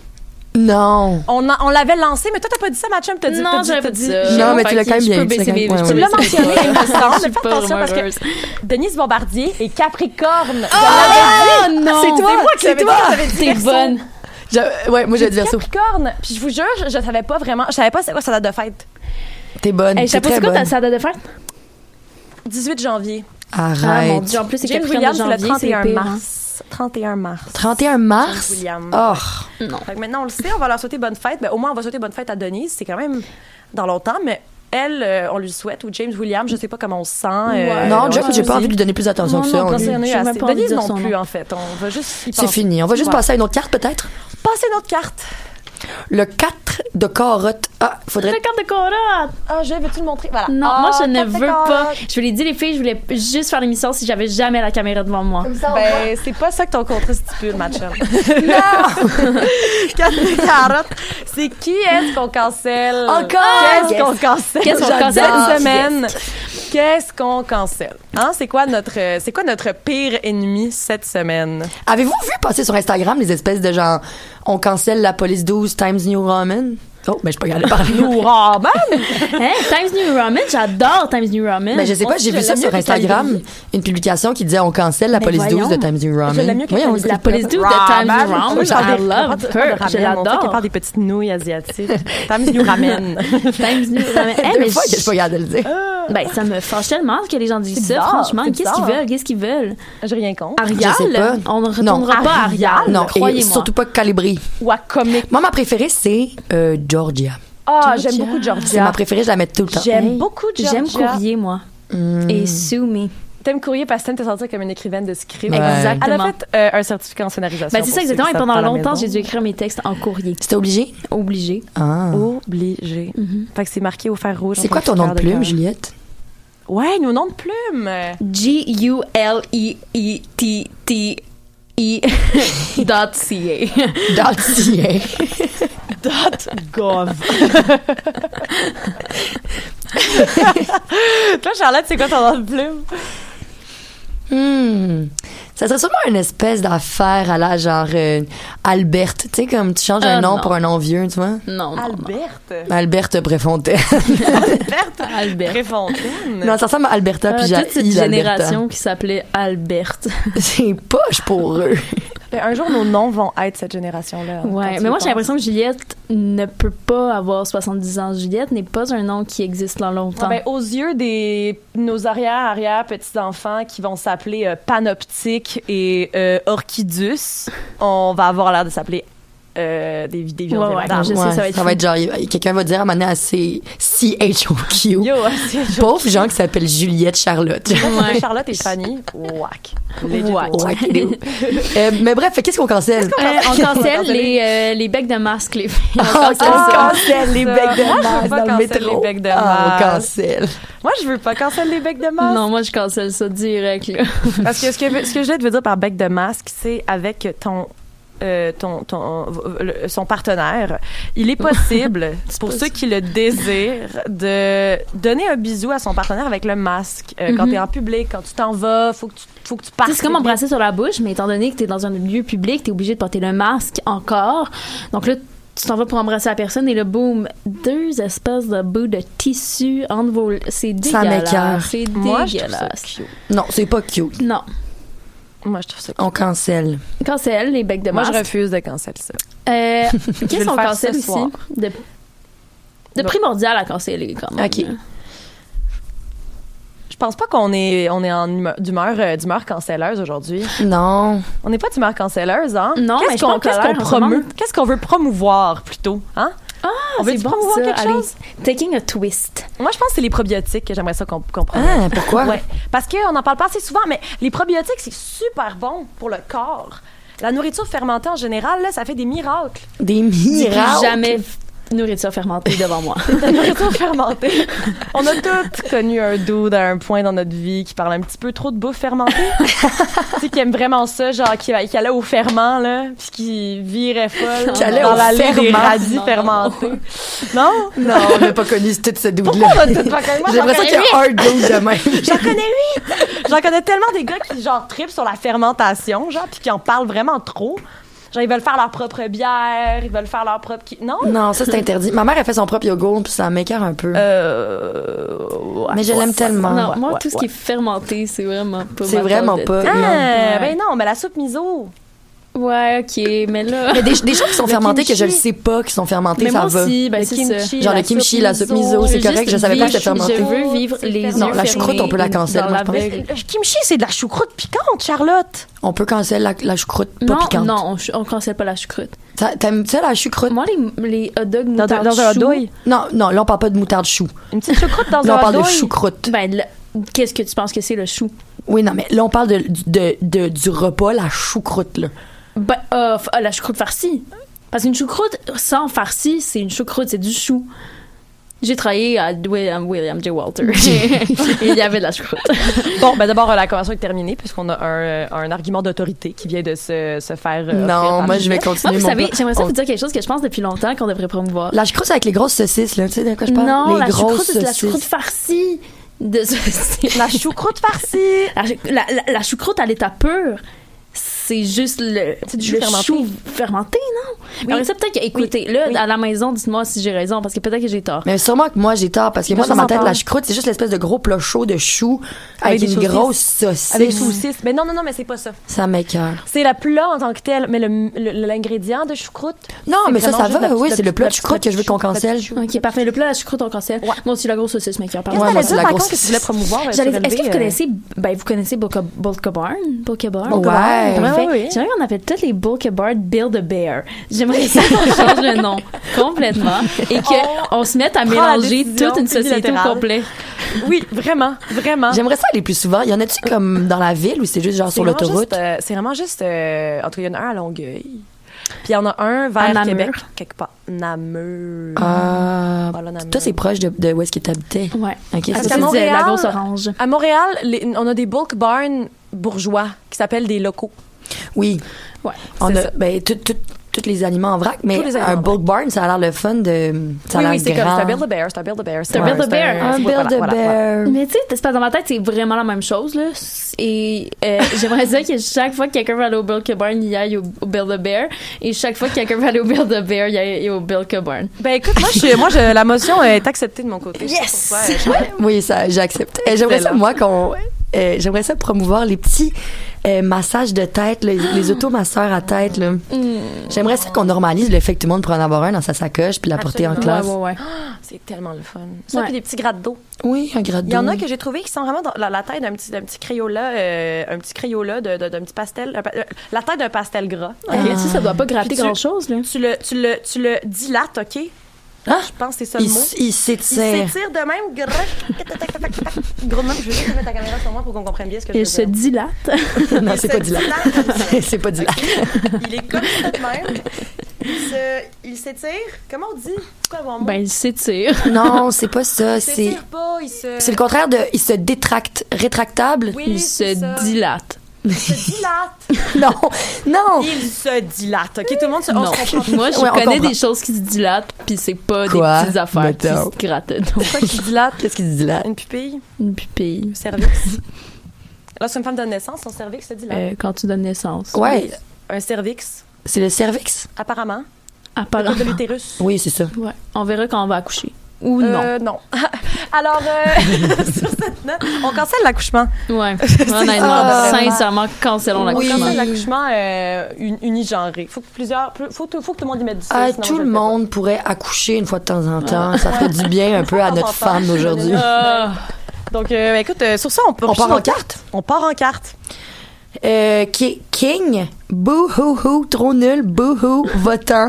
Non. On, a- on l'avait lancé, mais toi, t'as pas dit ça, ma chum. T'as dit, Non, t'as dit- j'avais t'as pas dit dit- ça. J'ai Non, mais pas tu l'as dit. quand même Je bien peux dit, baisser tu l'as mes- quand même- je Tu ouais, l'as ouais. mentionné, il me semble. Je suis Fais pas attention parce que heureuse. Denise Bombardier est Capricorne. Oh non! C'est toi, c'est l'avais dit, toi. j'avais dit T'es Verseau. bonne. Je- ouais, moi j'ai dit verso. Capricorne. Puis je vous jure, je, je savais pas vraiment. Je savais pas c'est quoi sa date de fête. T'es bonne. Hey, t'es chapeau, très c'est quoi bonne. ta sa date de fête? dix-huit janvier. Ah, mon Arrête. Dieu, en plus, c'est James Capricorne Williams, de c'est le janvier, trente et un c'est pire, hein. mars. trente et un mars. trente et un James mars. Williams. Oh. Non. Fait que maintenant, on le sait, on va leur souhaiter bonne fête. Ben, au moins, on va souhaiter bonne fête à Denise. C'est quand même dans longtemps, mais elle, euh, on lui souhaite. Ou James Williams, je sais pas comment on se sent. euh, Non, on James, va j'ai pas aussi. envie de lui donner plus d'attention Non, que ça. non, on Non, lui- c'est- on a eu J'ai même assez. pas envie de Denise dire non son plus, nom. en fait. On va juste y C'est penser. fini. On va juste Ouais. passer à une autre carte, peut-être? Passer notre carte. Le quatre de carotte. Ah, faudrait. La carte de Cora! Ah, je veux-tu le montrer? Voilà. Non, Ah, moi, je ne carte de veux pas. carotte. Je vous l'ai dit, les filles, je voulais juste faire l'émission si j'avais jamais la caméra devant moi. Ben, c'est pas ça que ton contrat stipule, ma chum. Non! Carte de carotte. C'est qui est-ce qu'on cancelle? Encore? Qu'est-ce qu'on cancelle? Qu'est-ce qu'on J'adore. cancelle? Cette semaine? Qu'est-ce qu'on cancelle? Hein? C'est quoi notre, c'est quoi notre pire ennemi cette semaine? Avez-vous vu passer sur Instagram les espèces de genre, on cancelle la police douze Times New Roman? Oh, mais je peux pas y aller parler. Nous, Raman! Hein? Times New Roman, j'adore Times New Roman. Mais je sais Moi pas, j'ai aussi, vu je ça l'aime sur mieux que Instagram, Calgary. une publication qui disait on cancelle la Mais police douze de voyons. Times New Roman. Je l'aime mieux que Voyons, Calgary. La police douze de Ramen. Times New On Roman, parle des- I on love parle de her. Je ramen. On dirait l'adore. qu'elle parle des petites nouilles asiatiques. Times New Ramen. Times New Roman. Hey, Deux mais fois que je je- suis pas capable de le dire. ben, ça me fâche tellement que les gens disent C'est ça, bizarre, franchement. c'est Qu'est-ce qu'ils bizarre. veulent? Qu'est-ce qu'ils veulent? J'ai rien contre. Arial? Je sais pas. On ne Non. retournera pas à Arial. Non, et croyez-moi. surtout pas Calibri. Ou à comique. Moi, ma préférée, c'est euh, Georgia. Ah, Georgia. j'aime beaucoup C'est ma Georgia. préférée, je la mets tout le temps. J'aime Hey, beaucoup Georgia. J'aime Courrier, moi. Hmm. Et Sue Me. T'aimes Courrier parce que t'aimes te sentir comme une écrivaine de script. Ouais. Exactement. Elle a fait euh, un certificat en scénarisation. Ben, c'est pour ça, ceux exactement. qui Et savent pendant pas à la longtemps, maison. j'ai dû écrire mes textes en courrier. C'était obligé? Obligé. Ah. Obligé. Fait que c'est marqué au fer rouge. C'est en quoi ton nom de cœur plume, cœur. Juliette? Ouais, nos noms de plume. G U L E E T T E dot C A. Dottier. Dot gov. Toi, Charlotte, c'est quoi ton nom de plume? Hmm. Ça serait sûrement une espèce d'affaire à la genre euh, Alberte. Tu sais, comme tu changes un Ah, nom non. pour un nom vieux, tu vois? Non, non. Alberte. Alberte Préfontaine. Alberte. Albert. Préfontaine. non, ça ressemble à Alberta, Ah, puis toute cette j'ai génération qui s'appelait Albert. C'est poche pour eux. Ben, un jour, nos noms vont être cette génération-là. quand Ouais, tu mais y moi j'ai penses. l'impression que Juliette ne peut pas avoir soixante-dix ans. Juliette n'est pas un nom qui existe dans longtemps. Ouais, ben, aux yeux des nos arrière arrière petits enfants qui vont s'appeler euh, Panoptique et euh, Orchidus, on va avoir l'air de s'appeler euh, des, des vieux Ouais, ouais, élémentaires. je sais, Ouais, ça va être fou. genre, quelqu'un va dire à un moment donné à C H O Q. Yo, c'est Pauvres gens qui s'appellent Juliette Charlotte. Ouais. Charlotte et Fanny, whack. Whack. Ouais, euh, mais bref, qu'est-ce qu'on cancelle? Euh, on cancelle les, euh, les becs de masque, les filles. On Ah, cancelle on ça. cancelle les Ça. becs de Moi, je veux masque pas dans le cancel métro. les becs de Ah, on masque. cancelle. Moi, je veux pas canceller les becs de masque. Non, moi je cancelle ça direct. Là. Parce que ce que, ce que Juliette veut dire par bec de masque, c'est avec ton. Euh, ton, ton, le- son partenaire, il est possible, pour ceux qui le désirent, de donner un bisou à son partenaire avec le masque. Euh, Quand Mhm. t'es en public, quand tu t'en vas, faut que tu, faut que tu partes. C'est comme embrasser sur la bouche, mais étant donné que t'es dans un lieu public, t'es obligé de porter le masque encore. Donc là, tu t'en vas pour embrasser la personne et là, boum, deux espèces de bouts de tissu entre vos... C'est Ça m'écoeure. dégueulasse. C'est Moi, je trouve ça dégueulasse. cute. Non, c'est pas cute. Non. Moi, je trouve ça cute. On cancelle. Cancel, les becs de Moi, masque. je refuse de cancel ça. Euh, Je vais Qu'est-ce le qu'on faire cancelle ce aussi? soir. De, de Bon. primordial à canceller, quand même. OK. Je pense pas qu'on est, on est en humeur, d'humeur, euh, d'humeur cancelleuse aujourd'hui. Non. On n'est pas d'humeur cancelleuse, hein? Non, Qu'est-ce mais je qu'on, suis en qu'est-ce colère qu'on en ce promeut? moment. Qu'est-ce qu'on veut promouvoir, plutôt, hein? Ah, On veut c'est bon, promouvoir ça. quelque Allez, chose? taking a twist. Moi, je pense que c'est les probiotiques que j'aimerais ça qu'on, qu'on promeut. Ah, pourquoi? Ouais. Parce qu'on n'en parle pas assez souvent, mais les probiotiques, c'est super bon pour le corps. La nourriture fermentée, en général, là, ça fait des miracles. Des Dis miracles. plus jamais nourriture fermentée devant moi. La nourriture fermentée. On a toutes connu un dude à un point dans notre vie qui parle un petit peu trop de bouffe fermentée. Tu sais, qui aime vraiment ça, genre qui, qui allait au ferment, là, puis qui virait folle Qui allait dans au la lait des ferment. radis Non, non, fermentés. Non? Non, on n'a pas connu tout ce Pourquoi dude-là. on a tout pas connu? Moi, J'ai j'en l'impression qu'il y a un dude de même. J'en connais huit! J'en connais tellement des gars qui, genre, trippent sur la fermentation, genre, puis qui en parlent vraiment trop. Genre, ils veulent faire leur propre bière, ils veulent faire leur propre... qui- Non? Non, ça, c'est interdit. Ma mère, elle fait son propre yogourt, puis ça m'écoeure un peu. Euh... ouais. Mais je l'aime tellement. non, ouais, moi, ouais, tout ce qui est fermenté, c'est vraiment pas C'est ma vraiment tasse de pas. thé. Ah, Ouais. ben non, mais la soupe miso. Ouais, OK, mais là... Mais des, des choses qui sont Le fermentées que je ne kimchi. sais pas qui sont fermentées, Mais ça moi va. aussi, ben Le c'est kimchi, ça. Genre le la kimchi, soupe la soupe miso. miso, c'est Je correct, juste je savais pas que vivre- c'était fermenté. Je veux vivre C'est les fermenté. yeux Non, la choucroute, fermés on peut la cancel, dans moi, la je pense. veille. Le kimchi, c'est de la choucroute piquante, Charlotte. On peut canceller la, la choucroute pas Non, piquante. non, on, ch- on cancelle pas la choucroute. Ça- T'aimes ça, la choucroute? Moi, les, les hot dogs Dans, moutarde dans un chou, douille. Non, non, là, on parle pas de moutarde chou. Une petite choucroute dans Là, un on parle de douille. choucroute. Ben, là, qu'est-ce que tu penses que c'est, le chou? Oui, non, mais là, on parle de, de, de- du repas, la choucroute, là. Ben, euh, f- euh, la choucroute farcie. Parce qu'une choucroute sans farcie, c'est une choucroute, c'est du chou. J'ai travaillé à William, William J. Walter. Et il y avait de la choucroute. Bon, ben d'abord, euh, la convention est terminée puisqu'on a un, euh, un argument d'autorité qui vient de se, se faire. euh, offrir Non, par moi, je vais Ginette. Moi, continuer vous mon savez, plat. j'aimerais ça On- vous dire quelque chose que je pense depuis longtemps qu'on devrait promouvoir. La choucroute, c'est avec les grosses saucisses, là. Tu sais de quoi je parle? Non, les la grosses choucroute, c'est la saucisses. choucroute farcie. De ce- La choucroute farcie. La, la, la- la choucroute à l'état pur, c'est juste le, C'est du le chou fermenté. chou fermenté, non? Oui. Alors ça, peut-être que, écoutez, là, Oui. à la maison, dites-moi si j'ai raison, parce que peut-être que j'ai tort. Mais sûrement que moi, j'ai tort, parce que De moi, dans ma temps en tête, temps. la choucroute, c'est juste l'espèce de gros plat chaud de chou avec, Avec des une saucisses. grosse saucisse. Avec saucisse. Mais non, non, non, mais c'est pas ça. Ça m'écoeure. C'est la plat en tant que tel, mais le- le- l'ingrédient de choucroute. Non, c'est mais ça, vraiment ça juste va. la- Oui, la- c'est le plat la- de choucroute que je veux qu'on la- la- cancelle. Ok, parfait. Le plat à la choucroute, on cancelle. Ouais. Moi aussi, la grosse saucisse, mais qui en parle. Qu'est-ce Ouais, que moi, t'allais c'est dire, la par grosse contre, que tu voulais promouvoir? euh, J'allais- sur Est-ce que vous L V, connaissez, ben, vous connaissez Bulka Bulka Barn? Bulka Barn? Ouais. Parfait. Ouais, ouais, ouais. J'aimerais qu'on appelle tous les Bulka Barn Build a Bear. J'aimerais ça qu'on change le nom complètement et qu'on se mette à prend la mélanger décision toute une société au unilatérale. complet. euh, Oui, vraiment, vraiment. J'aimerais ça aller plus souvent. Y en a-tu comme dans la ville ou c'est juste genre C'est sur vraiment l'autoroute? juste, euh, c'est vraiment juste. euh, en tout cas, il y en a un à Longueuil. Puis il y en a un À vers Namur. Québec, quelque part. Namur. Ah. Voilà, Namur. Toi, c'est proche de, de où est-ce que t'habitais. Ouais. Ok, Parce ça, que qu'à c'est Montréal- la grosse orange. À Montréal, les- on a des bulk barns bourgeois qui s'appellent des locaux. oui. Ouais. On c'est a, ça. ben, tout, tout, tous les aliments en vrac, mais Tous les aliments un en bulk barn, ça a l'air le fun de. Ça a Oui, l'air oui, c'est comme grand. c'est un Build-A-Bear, c'est un Build-A-Bear. C'est un Build-A-Bear. Un c'est- build voilà, a voilà, voilà. bear. Mais tu sais, c'est pas dans ma tête, c'est vraiment la même chose, là. Et euh, j'aimerais dire que chaque fois que quelqu'un va aller au Bulka Barn, il y aille au, au Build-A-Bear. Et chaque fois que quelqu'un va aller au Build-A-Bear, il y aille au Bulka Barn. Ben écoute, moi, je, moi je, la motion est acceptée de mon côté. Yes! Je sais pas pourquoi, euh, Oui, ça, j'accepte. Euh, J'aimerais ça, Excellent. moi, qu'on. euh, J'aimerais ça promouvoir les petits euh, massages de tête, là, les, les automasseurs à tête. Là. J'aimerais ça qu'on normalise le fait que tout le monde pourrait en avoir un dans sa sacoche puis l'apporter en Absolument. classe. Ouais, ouais, ouais. c'est tellement le fun. Ça, Ouais. puis des petits grattes d'eau. Oui, un grade Il y en a que j'ai trouvé qui sont vraiment dans la, la taille d'un petit, d'un petit crayola, euh, un petit crayola de, de- d'un petit pastel, un pa- euh, la taille d'un pastel gras. Ok, tu sais, ça doit pas gratter Puis tu- grand-chose, là. Tu le, tu le, tu le dilates, OK? Ah! Je pense que c'est ça le Il, mot. s- il Il s'étire. s'étire de même, gros. Gros de même, je vais juste mettre ta caméra sur moi pour qu'on comprenne bien ce que je veux Il se dire. dilate. Non, Il c'est se pas dilate. dilate comme ça. C'est pas dilate. Il est comme ça de même. Il se- Il s'étire. Comment on dit? C'est quoi le bon mot? Ben, il s'étire. Non, c'est pas ça. il C'est s'étire pas, il se... c'est le contraire de. Il se détracte. Rétractable. Oui, Il c'est se ça. dilate. Il se dilate. Non, non. Il se dilate. OK, tout le monde se... on Non. se comprend. Moi, je Ouais, on connais comprend. des choses qui se dilatent, puis c'est pas Quoi? des petites affaires Mettons. qui se grattent. Donc, Pourquoi qu'il dilate? Qu'est-ce qu'il dit là? Une pupille, une pupille. un cervix. Lorsqu'une femme donne naissance, son cervix se dilate. Euh, quand tu donnes naissance. Ouais, Un cervix, c'est le cervix. apparemment, Le Apparemment. col de l'utérus. Oui, c'est ça. Ouais. On verra quand on va accoucher. Ou non. Euh, non. Alors, euh, sur cette note, on cancelle l'accouchement. Ouais. ça, Honnêtement, vraiment. sincèrement, cancelons On l'accouchement. cancelle l'accouchement euh, uni- unigenré. Faut que plusieurs, faut, faut que tout le monde y mette du Ah, sel, sinon tout je le fais pas. monde pourrait accoucher une fois de temps en temps. Ça ferait du bien un peu à notre Enfant. femme d'aujourd'hui. Ah. Donc, euh, écoute, euh, sur ça, on peut. On part en carte? On part en carte. Euh, Ki- King, boo hoo hoo, trop nul, boo hoo, votant,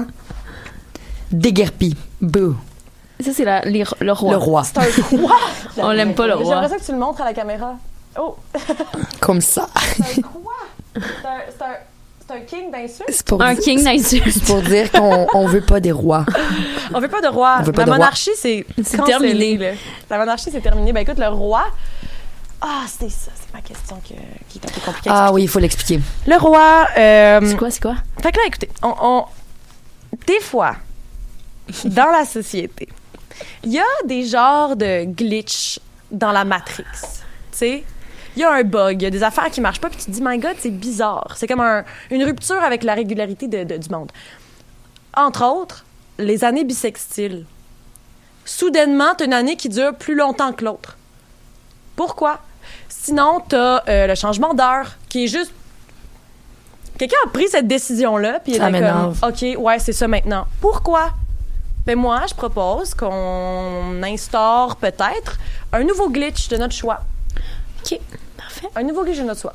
déguerpi, boo. Ça, c'est la- les- le roi. Le roi, C'est un quoi? On l'aime pas, le roi. J'aimerais ça que tu le montres à la caméra. Oh, comme ça. c'est un quoi? C'est un, c'est un, c'est un king d'insultes? C'est pour, Un dire- king d'insulte. c'est pour dire qu'on on veut pas des rois. On veut pas de roi. On veut pas la de roi. monarchie, c'est C'est cancellé, terminé. là. La monarchie, c'est terminé. Ben écoute, le roi. Ah, c'est ça, c'est ma question que- qui est un peu compliquée. à Ah oui, il faut l'expliquer. Le roi. Euh, C'est quoi, c'est quoi? Fait que là, écoutez, on, on- des fois, dans la société, il y a des genres de glitch dans la Matrix. Tu sais? Il y a un bug, il y a des affaires qui marchent pas, puis tu te dis, my God, c'est bizarre. C'est comme un- une rupture avec la régularité de- de- du monde. Entre autres, les années bissextiles. Soudainement, t'as une année qui dure plus longtemps que l'autre. Pourquoi? Sinon, t'as euh, le changement d'heure, qui est juste... Quelqu'un a pris cette décision-là, puis il Ça était comme, m'énerve. OK, ouais, c'est ça maintenant. Pourquoi? Ben moi, je propose qu'on instaure peut-être un nouveau glitch de notre choix. OK, parfait. Un nouveau glitch de notre choix.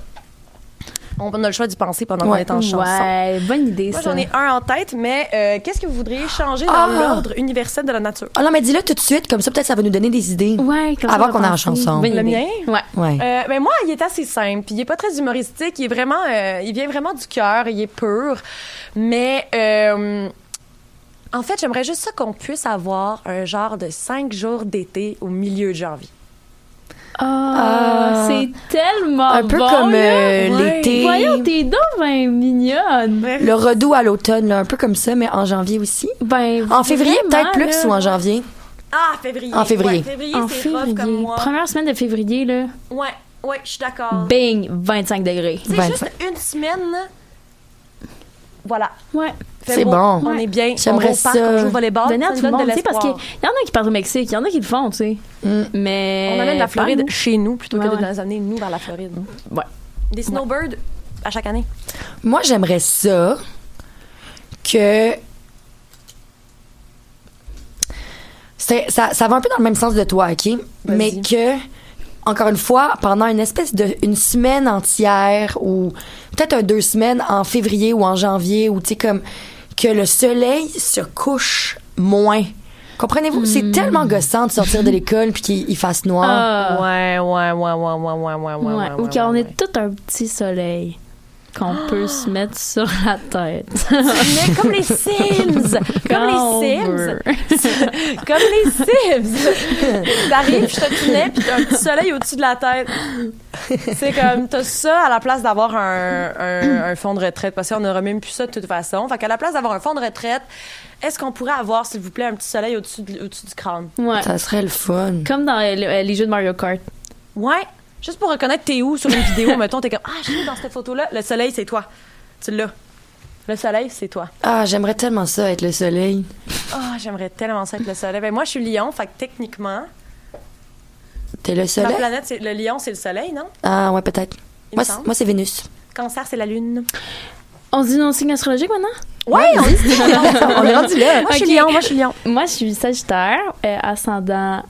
On a le choix d'y penser pendant qu'on Ouais. est en chanson. Ouais, bonne idée, Moi, ça. j'en ai un en tête, mais euh, qu'est-ce que vous voudriez changer dans Ah! l'ordre universel de la nature? Ah non, mais dis-le tout de suite, comme ça peut-être ça va nous donner des idées. Ouais, comme ça, Avant on va qu'on ait la penser. chanson. Bonne Le idée. mien? Ouais. Ouais. Euh, ben moi, il est assez simple, puis il est pas très humoristique, il est vraiment, euh, il vient vraiment du cœur, il est pur, mais euh, en fait, j'aimerais juste ça qu'on puisse avoir un genre de cinq jours d'été au milieu de janvier. Ah, Ah. c'est tellement Un peu bon, comme là. euh, Ouais. l'été. Voyons, t'es donc ben mignonne. Le redout à l'automne, là, un peu comme ça, mais en janvier aussi. Ben, En février, vraiment, peut-être plus, là. ou en janvier. Ah, février. En février. Ouais, février, En c'est rough comme février. moi. Première semaine de février, là. Ouais, ouais, je suis d'accord. Bing, vingt-cinq degrés. C'est vingt-cinq. juste une semaine. Voilà. Ouais. Fait C'est beau, bon. On est bien. J'aimerais on va au parc, ça. on joue au volleyball. Donner à ça tout nous le donne monde, de tu sais, parce qu'il l'espoir. y en a qui partent au Mexique, il y en a qui le font, tu sais. Mm. Mais. On amène la pas Floride nous. chez nous plutôt que Ouais, de ouais. nous amener, nous, vers la Floride. Ouais. Des snowbirds à chaque année. Moi, j'aimerais ça que... C'est, ça, ça va un peu dans le même sens de toi, OK? Mais que, encore une fois, pendant une espèce de... une semaine entière ou peut-être un deux semaines en février ou en janvier ou, tu sais, comme... que le soleil se couche moins. Comprenez-vous? C'est tellement gossant de sortir de l'école puis qu'il il fasse noir. Ah. Ouais, ouais, ouais, ouais, ouais, ouais, ouais, ouais, Ouais, ou qu'on ait tout un petit soleil qu'on peut se mettre sur la tête. Mais comme les Sims! Comme Quand les on Sims! veut. Comme les Sims! T'arrives, je te tenais, puis t'as un petit soleil au-dessus de la tête. C'est comme, t'as ça à la place d'avoir un, un, un fonds de retraite, parce qu'on n'aura même plus ça de toute façon. Fait qu'à la place d'avoir un fonds de retraite, est-ce qu'on pourrait avoir, s'il vous plaît, un petit soleil au-dessus, de- au-dessus du crâne? Ouais. Ça serait le fun. Comme dans euh, le- les jeux de Mario Kart. Ouais. Juste pour reconnaître t'es où sur une vidéo, mettons, t'es comme, ah, je suis dans cette photo-là. Le soleil, c'est toi. Tu l'as. Le soleil, c'est toi. Ah, j'aimerais tellement ça, être le soleil. Ah, j'aimerais tellement ça être le soleil. Ben, moi, je suis lion, fait que techniquement, T'es le ma soleil? planète, c'est, le lion, c'est le soleil, non? Ah, ouais, peut-être. Il Moi, me c'est, semble. moi, c'est Vénus. Cancer, c'est la lune. On se dit nos signes astrologiques maintenant? Ouais, on dit On est rendu là. Moi, je suis Ok. lion, moi, je suis lion. Moi, je suis Sagittaire, euh, ascendant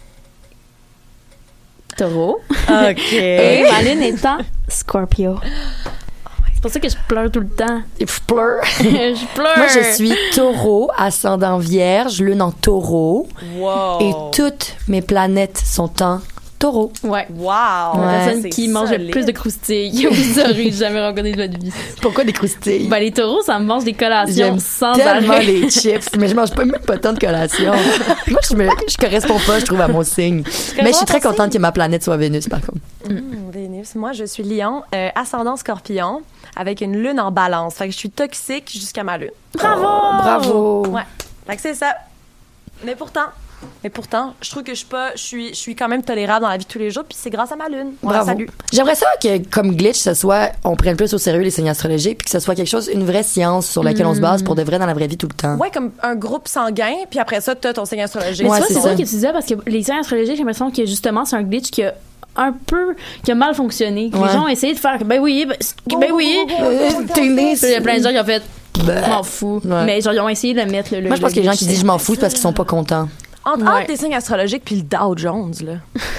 Taureau. OK. Et ma lune étant Scorpio. C'est pour ça que je pleure tout le temps. Et puis, pleure. je pleure. Moi, je suis taureau, ascendant vierge, lune en taureau. Wow. Et toutes mes planètes sont en taureau. Ouais. Wow. La Ouais. personne C'est qui mange le solide. plus de croustilles vous aurez jamais rencontré de votre vie. Pourquoi des croustilles? Ben, les taureaux, ça me mange des collations J'aime sans tellement arrêt. les chips, mais je mange pas, même pas tant de collations. Moi, je, me, je corresponds pas, je trouve, à mon signe. Mais je suis très ton contente signe? que ma planète soit Vénus, par contre. Mmh, Vénus. Moi, je suis lion, euh, ascendant scorpion, avec une lune en balance. Fait que je suis toxique jusqu'à ma lune. Bravo! Bravo! Ouais. Fait que c'est ça. Mais pourtant, Mais pourtant, je trouve que je suis pas, je suis, je suis quand même tolérable dans la vie de tous les jours, puis c'est grâce à ma lune. On la Bravo. salue. J'aimerais ça que, comme glitch, ce soit, on prenne plus au sérieux les signes astrologiques, puis que ce soit quelque chose, une vraie science sur laquelle on se base pour de vrai dans la vraie vie tout le temps. Ouais, comme un groupe sanguin, puis après ça, t'as ton signe astrologique. Mais Ouais, tu vois, c'est c'est ça. ça que tu disais, parce que les signes astrologiques, j'ai l'impression que justement, c'est un glitch qui a un peu, qui a mal fonctionné. Que Ouais. Les gens ont essayé de faire, ben oui, ben, c'est- ben oui. Euh, t'es né, Puis il y a plein de gens qui ont fait, Ben. je m'en fous. Ouais. Mais genre, ils ont essayé de mettre le. le Moi, je pense le que les gens glitch. qui disent je m'en fous, c'est parce qu'ils sont pas contents. Entre, Ouais. entre tes signes astrologiques puis le Dow Jones, là.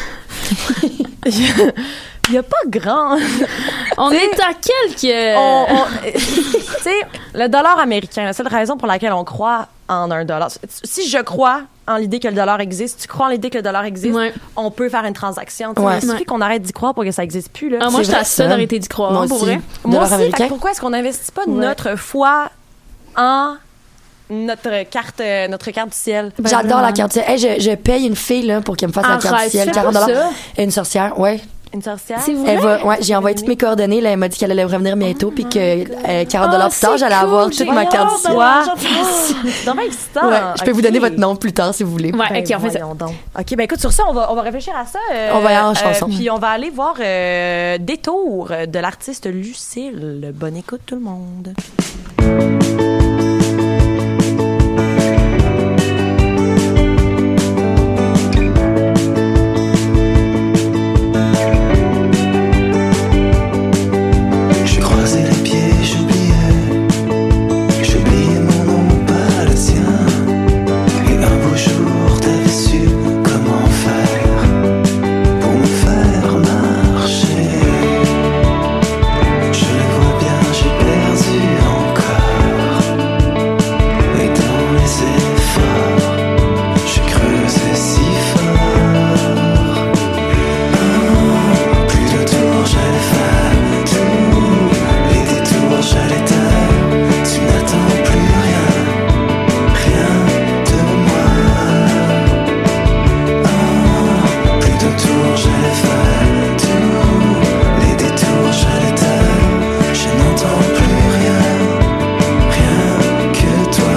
Il y a pas grand. On T'sais, est à quelques. on, on- tu sais, le dollar américain, la seule raison pour laquelle on croit en un dollar. Si je crois en l'idée que le dollar existe, tu crois en l'idée que le dollar existe, Ouais. on peut faire une transaction. Tu sais, Ouais. mais Il suffit Ouais. qu'on arrête d'y croire pour que ça existe plus. Là. Ah, moi, C'est j'étais vrai, à ça ça. d'arrêter d'y croire, Moi hein, pour aussi. vrai. Moi Dollar aussi, fait que américain. pourquoi est-ce qu'on n'investit pas Ouais. notre foi en notre carte, euh, notre carte du ciel? Ben, J'adore vraiment. la carte du ciel. Hey, je, je paye une fille là, pour qu'elle me fasse la Arrête, carte du ciel. fais quarante pas dollars. ça. Une sorcière, ouais. Une sorcière? C'est vrai? Elle va, ouais, j'ai envoyé toutes mes coordonnées. Là, elle m'a dit qu'elle allait revenir bientôt, puis que euh, quarante dollars Oh, plus tard, c'est j'allais cool, avoir j'ai toute ma hâte carte du ciel. d'avoir Ouais. l'argent pour ça. C'est vraiment excitant. Ouais, je peux vous Ok. donner votre nom plus tard si vous voulez. Ouais, Ben, ok, on fait ça. voyons donc. OK, ben écoute, sur ça, on va, on va réfléchir à ça. euh, On va y aller en chanson. Puis on va aller voir euh, Détour de l'artiste Lucille. Bonne écoute, tout le monde. J'ai croisé les pieds, j'oubliais, j'oubliais mon nom, pas le tien. Et un beau jour, t'avais su comment faire pour me faire marcher. Je le vois bien, j'ai perdu encore. Et dans les efforts, j'ai creusé si fort. Ah, plus de tours, j'allais faire tout. Les détours, j'allais taire. Tu n'attends plus rien, rien de moi. Ah, plus de tours, j'allais faire tout. Les détours, j'allais taire. Je n'entends plus rien, rien que toi.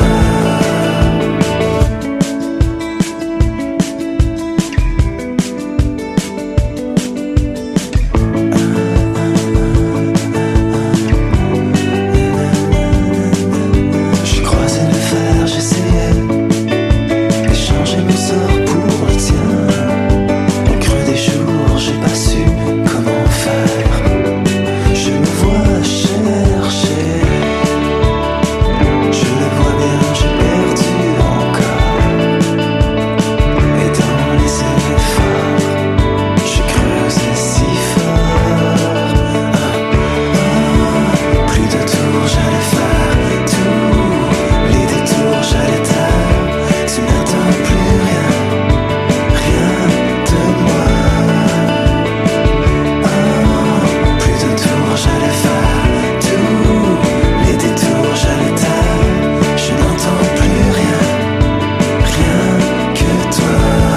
J'ai croisé le fer, j'essayais d'échanger mon sort pour le tien. Au creux des jours, j'ai pas su comment faire. Je me vois chercher. Je le vois bien, j'ai perdu encore. Et dans les efforts, j'ai creusé si fort. Plus de tours, j'allais faire tout. Les détours, j'allais taire. Tu n'attends plus rien, rien de moi. Ah, plus de tours, j'allais faire tout. Les détours, j'allais taire. Je n'entends plus rien, rien que toi.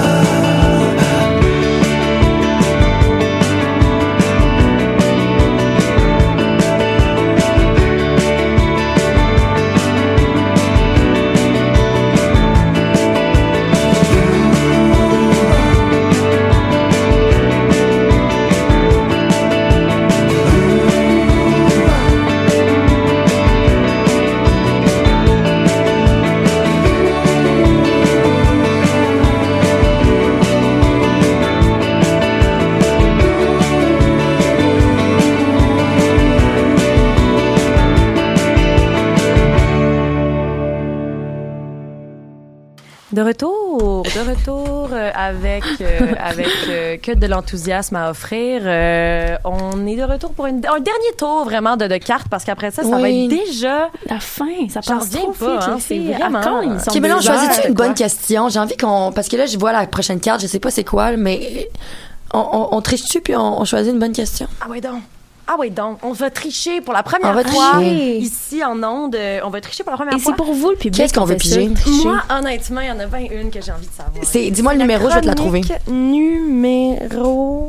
De retour, de retour euh, avec, euh, avec euh, que de l'enthousiasme à offrir. Euh, on est de retour pour une- un dernier tour vraiment de, de cartes parce qu'après ça, ça va Oui. être déjà... La fin, ça J'en passe reviens trop pas, vite, hein, les c'est filles. vraiment- À quand ils sont Ok, mais là, on deux choisit heures? une quoi? bonne question. J'ai envie qu'on, parce que là, je vois la prochaine carte, je sais pas c'est quoi, mais on, on, on triche-tu puis on, on choisit une bonne question. Ah ouais donc. Ah oui, donc, on va tricher pour la première On va fois tricher. ici en onde. euh, On va tricher pour la première Et fois. c'est pour vous, le public. Qu'est-ce qu'on qui veut fait ça, piger? tricher. Moi, honnêtement, il y en a vingt et une que j'ai envie de savoir. C'est, dis-moi le numéro, je vais te la trouver. Chronique Numéro.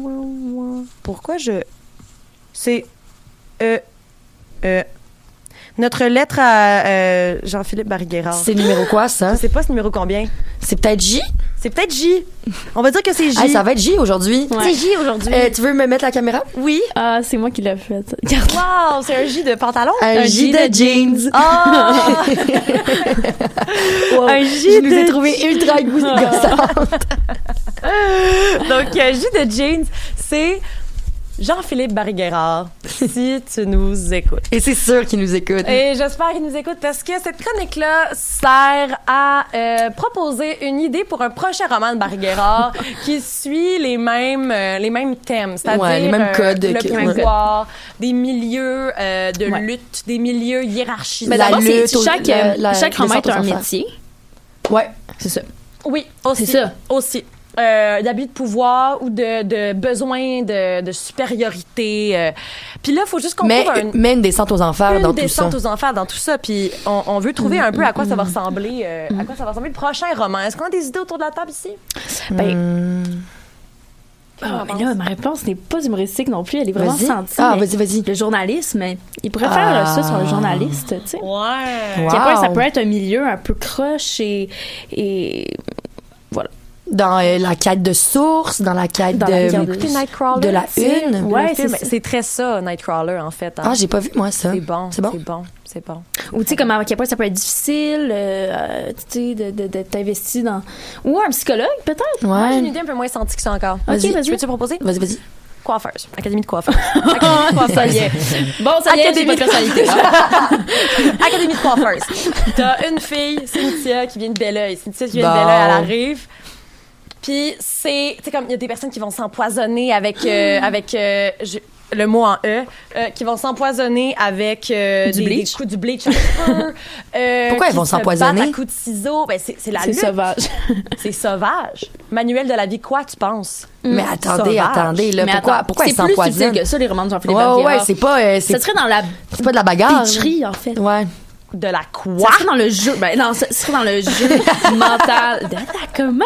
Pourquoi je. C'est. Euh. Euh. Notre lettre à euh, Jean-Philippe Barry-Guerrard. C'est numéro quoi, ça? Je sais pas ce numéro combien. C'est peut-être J? C'est peut-être J. On va dire que c'est J. Hey, ça va être J aujourd'hui. Ouais. C'est J aujourd'hui. Euh, tu veux me mettre la caméra? Oui. Ah, c'est moi qui l'ai fait. Wow, c'est un J de pantalon? Un, J, de jeans. Ah! Wow. Un J Je nous ai de- trouvé ultra gossante. Donc, euh, J de jeans, c'est Jean-Philippe Barry-Guerrard, si tu nous écoutes. Et c'est sûr qu'ils nous écoutent. Et j'espère qu'il nous écoute parce que cette chronique-là sert à euh, proposer une idée pour un prochain roman de Barry-Guerrard qui suit les mêmes, euh, les mêmes thèmes, c'est-à-dire Ouais, les mêmes euh, codes le que- pouvoir, des milieux euh, de Ouais. lutte, des milieux hiérarchisés. Mais La d'abord, c'est- lutte au- chaque, la- euh, la- chaque roman descente est aux un enfers. métier. Ouais. C'est ça. Oui, aussi. C'est ça. Aussi. Euh, d'abus de pouvoir ou de, de besoin de, de supériorité. euh. Puis là, il faut juste qu'on Mais, trouve un, mais une descente aux enfers une dans tout ça. descente aux enfers dans tout ça. Puis on, on veut trouver un peu à quoi ça va ressembler, euh, à quoi ça va ressembler le prochain roman. Est-ce qu'on a des idées autour de la table ici? Ben, Hmm. ah, mais là, ma réponse n'est pas humoristique non plus. Elle est vraiment Vas-y. sentie. Ah, mais vas-y, vas-y. Le journalisme, il pourrait faire Ah. ça sur un journaliste, tu sais. Ouais. Wow. À quel point ça peut être un milieu un peu croche et, et voilà. Dans euh, la quête de source, dans la quête Dans de, la quête Écoutez Nightcrawler. de la c'est- une. Ouais, le film, c'est ça. c'est très ça, Nightcrawler, en fait. hein. Ah, j'ai pas vu, moi, ça. c'est bon. C'est bon? C'est bon. C'est bon. Ou tu sais, comme à quel point ça peut être difficile, euh, euh, tu sais, de, de, de t'investir dans. Ou un psychologue, peut-être. Moi, j'ai une Ouais. idée un peu moins sentie que ça encore. Vas-y. Ok, vas-y. Je peux-tu proposer? Vas-y, vas-y. Coiffeuse. Académie de coiffeurs. Académie de coiffeurs. Ça y est. Bon, ça y est, j'ai pas de personnalité. Académie de coiffeurs. T'as une fille, Cynthia, qui vient de Belleuil. Cynthia qui vient de Bon. Belleuil, elle arrive. Puis c'est, tu sais, comme il y a des personnes qui vont s'empoisonner avec, euh, avec euh, je- le mot en E, euh, qui vont s'empoisonner avec euh, Du des, bleach. des coups du bleach aux cheveux. euh, Pourquoi elles qui vont se s'empoisonner? battent à coups de ciseaux. Ben, c'est, c'est la C'est lutte. sauvage. C'est sauvage. Manuel de la vie, quoi, tu penses? Mais attendez, Sauvage. attendez, là. Mais Pourquoi, attends, pourquoi c'est elles plus subtil s'empoisonnent? que ça, les romans de Jean-Philippe Ouais, ouais, Barry-Guerrard. ouais, c'est pas, euh, c'est, Ça serait dans la c'est pas de la bagarre. pitcherie, en fait. Ouais. De la quoi? Ça serait dans le jeu. Ben non, ça serait dans le jeu mental. De la comment?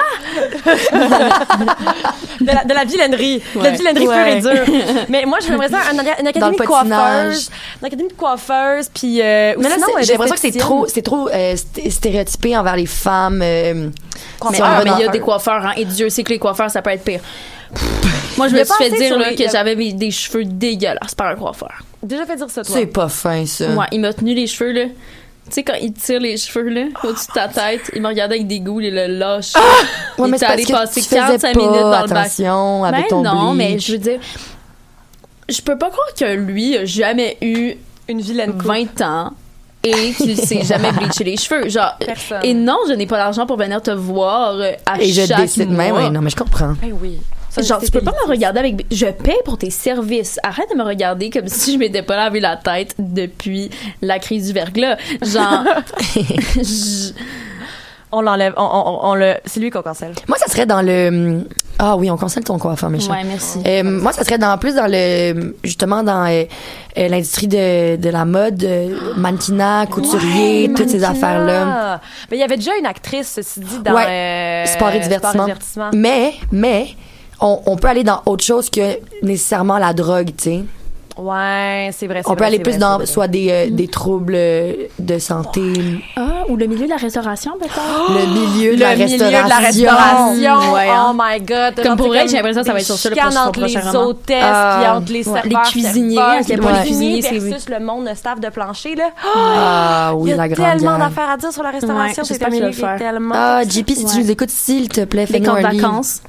De la, de la vilainerie. De la Ouais. vilainerie pure Ouais. et dure. Mais moi, je m'aimerais ça, un- une Dans académie le de patinage. coiffeuses. Une académie de coiffeuses, puis... Euh, ou Mais là, sinon, c'est- euh, j'ai l'impression que c'est d'esthéticienne. trop, c'est trop euh, sté- stéréotypé envers les femmes. euh, Mais, si on ah, va mais dans il y a un- des coiffeurs, hein, et Dieu sait que les coiffeurs, ça peut être pire. Moi, je Il me a suis fait pensé dire sur là, les- que j'avais mes- des cheveux dégueulasses par un coiffeur. Déjà fait dire ça, toi. C'est pas fin, ça. Ouais, il m'a tenu les cheveux, là. Tu sais, quand il tire les cheveux, là, au-dessus de ta tête, il me regardait avec des goûts, il le lâche. Ouais, il mais était c'est allé parce que passer tu faisais quarante-cinq pas minutes dans le bac. attention avec Ben ton non, mais bleach. je veux dire, je peux pas croire que lui a jamais eu Une vilaine coupe. vingt ans et qu'il s'est jamais bleaché les cheveux. Genre, Personne. et non, je n'ai pas l'argent pour venir te voir euh, à Et je chaque décide mois. même. Ouais, non, mais je comprends. Ben oui. Ça, Genre, c'est tu peux pas me élitiste. regarder avec... Je paye pour tes services. Arrête de me regarder comme si je m'étais pas lavé la tête depuis la crise du verglas. Genre... je- On l'enlève. On, on, on le... C'est lui qu'on cancelle. Moi, ça serait dans le. Ah oui, on cancelle ton coiffeur, méchant. Ouais, merci. Euh, moi, ça serait dans plus dans le justement dans euh, euh, l'industrie de, de la mode, euh, mannequinat, couturier, Ouais, toutes ces mannequinat. affaires-là. Mais il y avait déjà une actrice, ceci dit, dans Ouais. euh, Sport et divertissement. Sport et divertissement. Mais, mais, on, on peut aller dans autre chose que nécessairement la drogue, tu sais. Ouais, c'est vrai. c'est On peut vrai, aller c'est plus vrai, dans c'est vrai. soit des, euh, des troubles euh, de santé, Ah, ou le milieu de la restauration, peut-être? le milieu de Le la milieu restauration. de la restauration. Ouais, Oh hein. my God. Comme Genre, pour c'est elle, j'ai l'impression que ça va des être sur ça le chicanes prochain- entre les prochain roman. hôtesses, Ah, puis entre les ouais. serveurs, Les cuisiniers, serveurs, à quel les point les cuisiniers cuisiniers, c'est- versus le monde de staff de plancher, là. Ah Il oui, y a la grande tellement guerre. d'affaires à dire sur la restauration. Ouais, c'est j'espère un que je vais milieu le faire. tellement... Ah, J P, si tu Ouais. nous écoutes, s'il te plaît, Les fais-nous camps de un livre. vacances.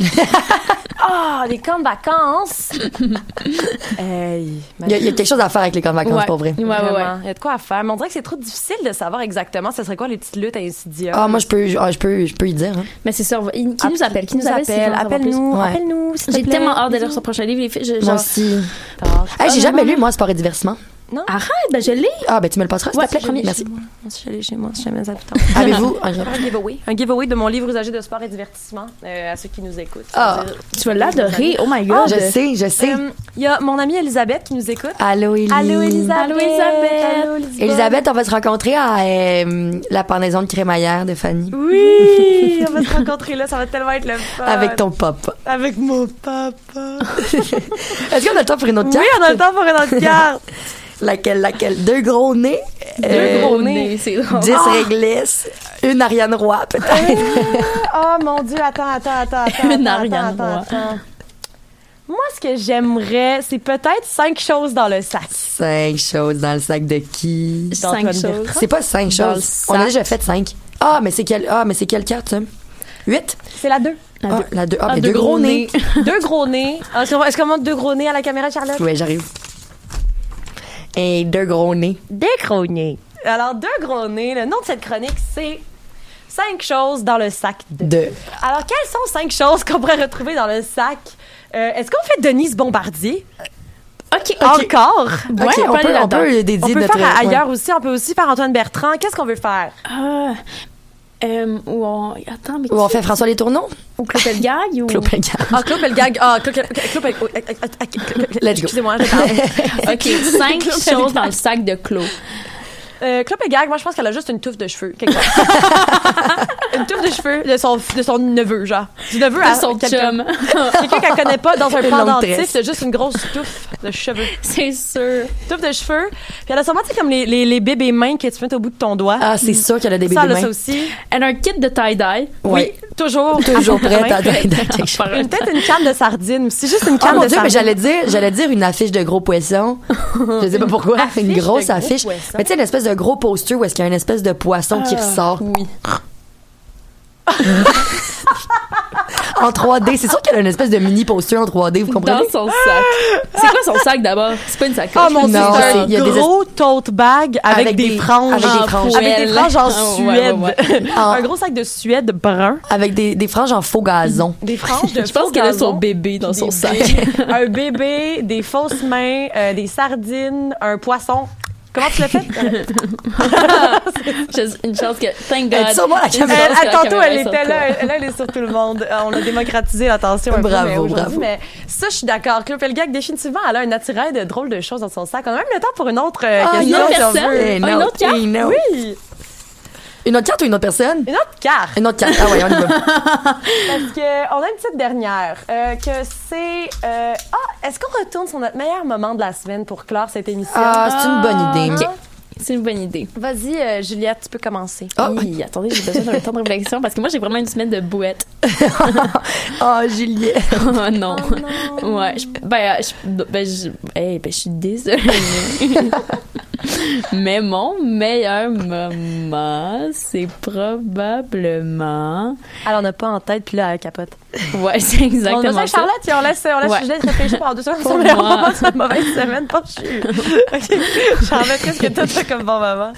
Ah, les camps de vacances. Hey. Il y, a, il y a quelque chose à faire avec les camps de vacances, Ouais. pour vrai. Ouais, ouais, ouais. Vraiment. Il y a de quoi à faire. Mais on dirait que c'est trop difficile de savoir exactement ce serait quoi les petites luttes insidieuses. Ah, moi, je peux, ah, je peux, je peux y dire. Hein. Mais c'est ça. on va- Qui nous appelle? Qui nous appelle? s'ils appelle? veulent en savoir plus? Appelle-nous. Ouais. Appelle-nous, s'il te J'ai plaît. tellement hâte de lire Bisous. son prochain livre. Les filles, je- Moi genre- aussi. Tard. Hey, j'ai Ah, jamais non. lu, moi, Sport et divertissement. Non? Arrête, ben je l'ai. Ah, ben, tu me le passeras, s'il Ouais, te plaît. premier. Merci. Moi, je suis allée chez moi, si jamais ça tout le temps. Avez-vous? Ah, j'ai- Un giveaway. Un giveaway de mon livre usagé de sport et divertissement euh, à ceux qui nous écoutent. Ah. C'est-à-dire- Tu vas l'adorer. Oh my Ah, god. Je sais, je sais. Euh, Il y a mon amie Elisabeth qui nous écoute. Allô, Élie. Allô, Elisabeth. Allô, Elisabeth. Allô, Elisabeth. Elisabeth, on va se rencontrer à euh, la pendaison de crémaillère de Fanny. Oui, on va se rencontrer là, ça va tellement être le fun. Avec ton papa. Avec mon papa. Est-ce qu'on a le temps pour une autre Oui, carte? on a le temps pour une autre carte. Laquelle, laquelle? Deux gros nez. Deux euh, gros nez, c'est drôle. dix Ah! réglisses. Une Ariane Roy, peut-être. Oh mon Dieu, attends, attends, attends, attends. Une attends, Ariane attends, Roy. attends. Moi, ce que j'aimerais, c'est peut-être cinq choses dans le sac. Cinq choses dans le sac de qui? Cinq d'Antoine choses. Bertrand. C'est pas cinq Dans choses. le On a sac. déjà fait cinq. Ah, mais c'est quelle, ah, mais c'est quelle carte, ça? Huit? C'est la deux. La Ah, deux. la deux. Ah, Ah, mais deux deux gros nez. Deux gros nez. Ah, Est-ce qu'on est-ce qu'on montre deux gros nez à la caméra, Charlotte? Ouais, j'arrive. Et deux gros nez. Deux gros nez. Alors, deux gros nez, le nom de cette chronique, c'est cinq choses dans le sac de. Deux. Alors, quelles sont cinq choses qu'on pourrait retrouver dans le sac? Euh, Est-ce qu'on fait Denise Bombardier? OK. Encore? Ouais, Ok, on on peut aller peut, on là-dedans. peut dédier On peut le notre. faire à- ouais. ailleurs aussi. On peut aussi faire Antoine Bertrand. Qu'est-ce qu'on veut faire? Ah, euh, ou on... Attends, mais Ou on qui- fait François Les Tourneaux? Ou Claude Pelgag ou... Claude Pelgag. Ah, Claude Pelgag. Ah, Claude Claude Pelgag. oh, euh, euh, euh, euh, Let's go. Excusez-moi, je parle. OK, cinq Claude choses Pelgag. dans le sac de Claude. Euh, Claude Pelgag, moi, je pense qu'elle a juste une touffe de cheveux. quelque part. Une touffe de cheveux de son, de son neveu, genre. Du neveu à De son quelqu'un. chum. Quelqu'un qu'elle connaît pas dans un Une longue pendentif, tresse. c'est juste une grosse touffe de cheveux. C'est sûr. Touffe de cheveux. Puis elle a sûrement, tu sais, comme les, les, les bébés mains que tu mets au bout de ton doigt. Ah, c'est sûr qu'elle a des ça, bébés elle a ça mains. aussi. Elle a un kit de tie-dye. Ouais. Oui, toujours. Toujours à prête à main. à- Une Peut-être une canne de sardines aussi, juste une Oh canne mon de Dieu, mais sardines. j'allais dire, j'allais dire une affiche de gros poisson. Je sais pas pourquoi. Affiche Une de grosse gros affiche. poisson. Mais tu sais, une espèce de gros poster où est-ce qu'il y a une espèce de poisson qui ressort. Oui. En trois D. C'est sûr qu'elle a une espèce de mini poster en trois D, vous comprenez? Dans son sac. C'est quoi son sac d'abord? C'est pas une sacoche. Oh mon Dieu, Non, c'est c'est- un il y a des gros tote bag avec, Avec des, des- franges. avec des en franges. Avec des Poêle. franges en Ah, Suède. ouais, ouais, ouais. En- Un gros sac de Suède brun. Avec des, des franges en faux gazon. Des franges de Je pense faux qu'elle a gazon. son bébé dans Des son sac. bébés. Un bébé, des fausses mains, euh, des sardines, un poisson. Comment tu l'as fait? Juste une chance que... Thank Elle est God. sur moi, la Une caméra. chance que Elle, la tantôt, caméra elle est sur était toi. là. Elle, là, elle est sur tout le monde. Euh, On a démocratisé l'attention un Bravo, peu mais aujourd'hui. bravo. Mais ça, je suis d'accord. Claude Pelgag, définitivement, elle a un attirail de drôles de choses dans son sac. On a même le temps pour une autre euh, Ah, question. une autre si on personne? veut. Eh, Ah, non, une autre carte? eh, non. Oui, Une autre carte ou une autre personne? une autre carte. Une autre carte. Ah ouais, on y va. Parce que on a une petite dernière. euh, que c'est... euh, ah, est-ce qu'on retourne sur notre meilleur moment de la semaine pour clore cette émission? Ah, c'est une bonne idée. Ok. C'est une bonne idée. Vas-y, euh, Juliette, tu peux commencer. Ah. Hi, attendez, j'ai besoin d'un temps de réflexion parce que moi, j'ai vraiment une semaine de bouette. Oh, Juliette. Oh non. Ouais. je- ben, euh, je, ben, je, hey, ben, je suis désolée. Mais mon meilleur moment, c'est probablement... Elle en a pas en tête, puis là, elle capote. Ouais, c'est On exactement a ça. Charlotte, puis on laisse, on laisse Ouais. Juliette réfléchir pendant deux secondes. Pour Son meilleur moi. moment, c'est une mauvaise semaine. Pas je suis. OK. Charlotte, qu'est-ce que t'as fait comme bon moment?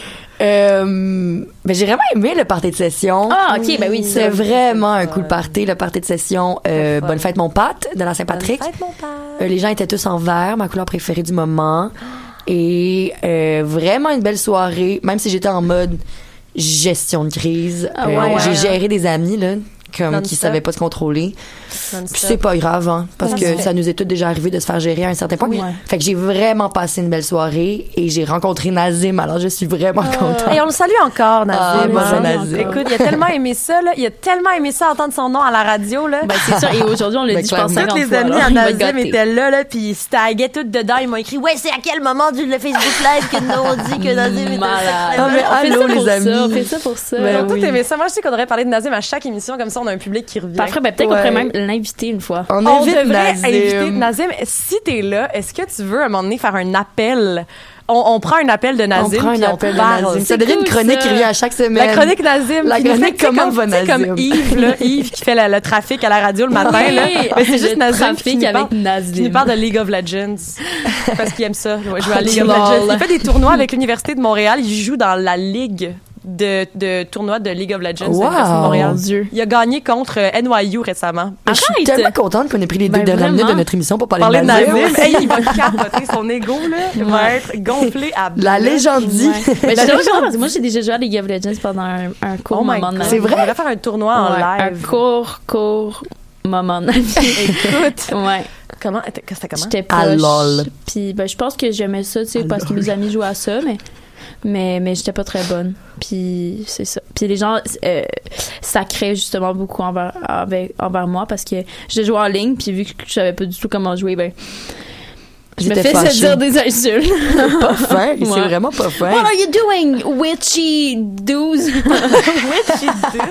Euh, ben, j'ai vraiment aimé le party de session. Ah, OK, ben oui. C'est ça. vraiment un cool party, le party de session. Euh, fun. bonne fête, mon pâte, de la Saint-Patrick. Bonne fête, mon père. Euh, les gens étaient tous en vert, ma couleur préférée du moment. Et euh, vraiment une belle soirée, même si j'étais en mode gestion de crise. Ah Euh, ouais, j'ai ouais. géré des amis, là, comme Non-stop. qui savaient pas se contrôler. Non-stop. Puis c'est pas grave, hein, parce Ça que se fait. ça nous est tout déjà arrivé de se faire gérer à un certain point. Oui. Fait que j'ai vraiment passé une belle soirée et j'ai rencontré Nazim, alors je suis vraiment contente. Et on le salue encore, Nazim. Ah, bonjour, hein. Nazim. Écoute, il a tellement aimé ça, là. Il a tellement aimé ça, entendre son nom à la radio, là. Ben, c'est ça. Et aujourd'hui, on l'a Ben, dit, je pense, clairement. cinquante Toutes les fois. amis alors, à il va être Nazim gâté. étaient là, là, puis ils se taguaient toutes dedans. Ils m'ont écrit, ouais, c'est à quel moment du le Facebook Live que nous on dit que Nazim était Malade. Ah, mais On fait allô, ça pour les ça, amis. On fait ça pour ça. Ben Ils ont tous oui. aimé ça. Moi, je sais qu'on devrait parler de Nazim à chaque émission, comme ça, on a un public qui revient. Parfait, ben, peut-être qu'on Ouais. pourrait même l'inviter une fois. On On invite devrait Nazim. inviter Nazim. Si t'es là, est-ce que tu veux, à un moment donné, faire un appel? On, on prend un appel de On Nazim, prend un puis on appel de parle. Nazim. Ça C'est devient une cool, chronique ça. qui revient à chaque semaine. La chronique Nazim. La qui nous chronique fait, tu sais, Comment comme, va tu sais, comme Nazim? Yves, là, Yves qui fait la- le trafic à la radio le matin, Oui, là. Mais c'est juste le Nazim trafic qui nous avec parle, Nazim. qui nous parle de League of Legends. Parce qu'il aime ça, ouais, jouer à League of Lol. Legends. Il fait des tournois avec l'Université de Montréal. Il joue dans la ligue de, de tournois de League of Legends de Wow. l'Université de Montréal. Mon Dieu. Il a gagné contre euh, N Y U récemment. Je suis Arrête! tellement contente qu'on ait pris les deux Ben, dernières minutes de vraiment. notre émission pour parler, Parler de Nazim, Nazim. hey, il va capoter. Son ego, là, il va être gonflé à La bloc. légende dit. Ouais. Ben, La je sais pas, légende. parce que moi, j'ai déjà joué à League of Legends pendant un, un court Oh my moment de ma God. vie. C'est vrai? On devrait faire un tournoi en Ouais, live. Un court, court moment de ma vie. Écoute, Ouais. comment, c'était comment? J'étais Ah, proche. lol. Puis ben, je pense que j'aimais ça, tu sais, parce que mes amis jouaient à ça, mais mais mais j'étais pas très bonne. Puis c'est ça. Puis les gens euh, sacraient justement beaucoup envers, envers envers moi parce que je jouais en ligne, puis vu que je savais pas du tout comment jouer, ben Je me J'étais fais fâchée. dire des insultes. Pas fin, c'est Ouais. vraiment pas fin. What are you doing, witchy douze? Witchy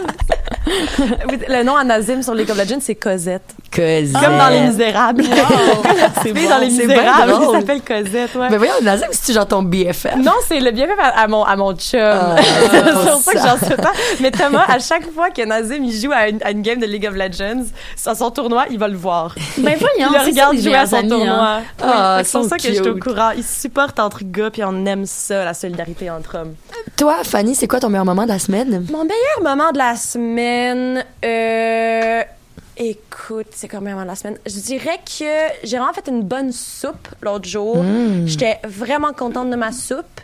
douze. Oui, le nom à Nazim sur League of Legends, c'est Cosette. Cosette. Comme dans Les Misérables. C'est Oui, dans Les c'est Misérables, bien drôle. il s'appelle Cosette, ouais. Mais voyons, Nazim, c'est genre ton B F F. Non, c'est le bienfait à, à mon, à mon chum. Ah, c'est pour ça que ça. j'en sais pas. Mais Thomas, à chaque fois que Nazim il joue à une, à une game de League of Legends, à son tournoi, il va le voir. Ben voyons, Il le c'est regarde ça, jouer les à son amis, tournoi. hein. Oui, Ah, fait que c'est pour sont ça que je suis au cute. courant. Ils se supportent entre gars, puis on aime ça, la solidarité entre hommes. Toi, Fanny, c'est quoi ton meilleur moment de la semaine? Mon meilleur moment de la semaine, euh, écoute, c'est quoi le meilleur moment de la semaine? Je dirais que j'ai vraiment fait une bonne soupe l'autre jour. Mm. J'étais vraiment contente de ma soupe.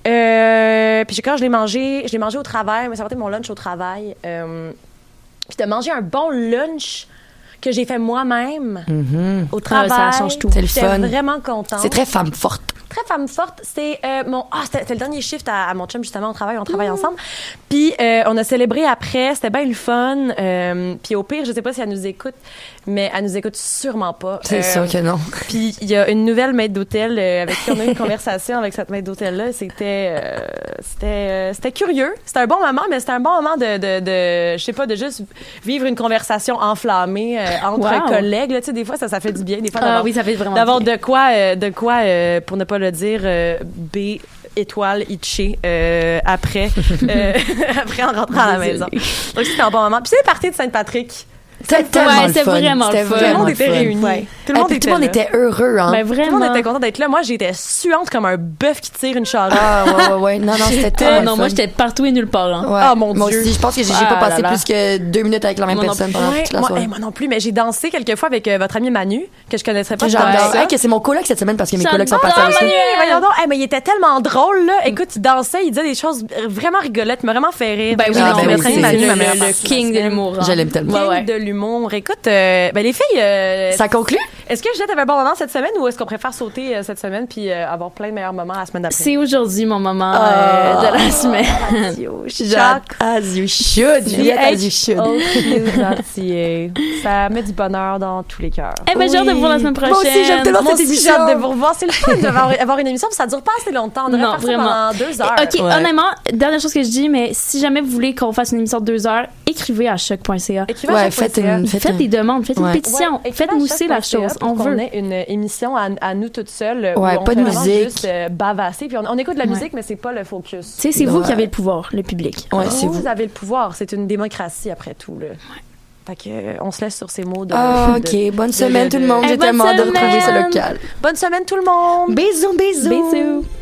Euh, puis quand je l'ai mangé, je l'ai mangé au travail, mais ça a été mon lunch au travail. Euh, puis de manger un bon lunch que j'ai fait moi-même au travail. Ah, ça change tout. C'est le J'étais fun. vraiment contente. C'est très femme forte. Très femme forte. C'est euh, mon ah c'était, c'était le dernier shift à, à mon chum justement au travail, on travaille ensemble. Puis euh, on a célébré après, c'était bien le fun. Euh, puis au pire, je sais pas si elle nous écoute, mais elle nous écoute sûrement pas. C'est Euh, sûr que non. Puis il y a une nouvelle maître d'hôtel euh, avec qui on a eu une conversation avec cette maître d'hôtel là. C'était euh, c'était euh, c'était curieux. C'était un bon moment, mais c'était un bon moment de de, de je sais pas de juste vivre une conversation enflammée euh, entre Wow. collègues. Là, tu sais, des fois ça ça fait du bien, des fois Ah d'avoir, oui, ça fait vraiment d'avoir bien. de quoi euh, de quoi euh, pour ne pas le dire euh, B étoile itché euh, après euh, après en rentrant à la maison. Donc c'était un bon moment. Puis c'est les parties de Sainte-Patrick. C'était tellement Ouais, le c'était fun. vraiment le C'était fun. Tout le vraiment monde était fun. réuni. Ouais. Tout le monde Et puis était tout le monde là. était heureux, hein? Ben Tout le monde vraiment. était content d'être là. Moi, j'étais suante comme un bœuf qui tire une charrue. Ah, ouais, ouais, ouais. Non, non, c'était Ah tellement non, le moi fun. j'étais partout et nulle part. Hein. Ouais. Ah, mon Moi Dieu. aussi, je pense que j'ai, j'ai Ah pas passé là là. plus que deux minutes avec la même Moi non personne plus. pendant Ouais, toute la moi, soirée. hey, moi non plus, mais j'ai dansé quelques fois avec euh, votre ami Manu, que je connaisserais pas. Que j'adore j'adore. ça. Hey, que c'est mon coloc cette semaine parce que mes colocs sont J'adore partis avec Manu. lui. Oui, voyons donc. Hey, mais il était tellement drôle, là. Écoute, il dansait, il disait des choses vraiment rigololettes, il m'a vraiment fait rire. Ben oui, Ah, non, ben mais oui, c'est c'est Manu, le- le, meilleure le partie de la king de semaine. l'humour. hein. Je l'aime tellement. King Ouais, ouais. de l'humour. Écoute, euh, ben les filles, euh, Ça conclut? est-ce que Juliette avait un bon moment cette semaine ou est-ce qu'on préfère sauter euh, cette semaine puis euh, avoir plein de meilleurs moments la semaine d'après? C'est aujourd'hui mon moment Ah. euh, de la semaine. Jacques, as you should. Juliette, as you should. Ça met du bonheur dans tous les cœurs. Eh ben, j'ai hâte de vous voir la semaine prochaine. Moi aussi, j'aime tellement Moi cette aussi, émission. j'ai hâte de vous revoir. C'est le fun d'avoir avoir une émission, puis ça dure pas assez longtemps. On devrait Non, faire vraiment. ça pendant deux heures. OK, Ouais. honnêtement, dernière chose que je dis, mais si jamais vous voulez qu'on fasse une émission de deux heures, écrivez à choc point c a. Écrivez à Ouais, chaque faites fois, une. Faites, Faites des une. demandes, faites Ouais. une pétition, Ouais, faites mousser la chose. On pour veut. qu'on ait une émission à, à nous toutes seules. euh, Ouais, où on pas de fait vraiment musique. Juste euh, bavasser. Puis on, on écoute de la Ouais. musique, mais c'est pas le focus. Tu sais, c'est vous Ouais. qui avez le pouvoir, le public. Ouais, c'est vous. Vous avez le pouvoir. C'est une démocratie après tout. Là. Fait que, euh, on se laisse sur ces mots de. Ah, de- OK. Bonne de- semaine, de- tout le monde. Hey, J'ai bonne tellement hâte de retrouver ce semaine. local. Bonne semaine, tout le monde! Bisous, bisous. Bisous.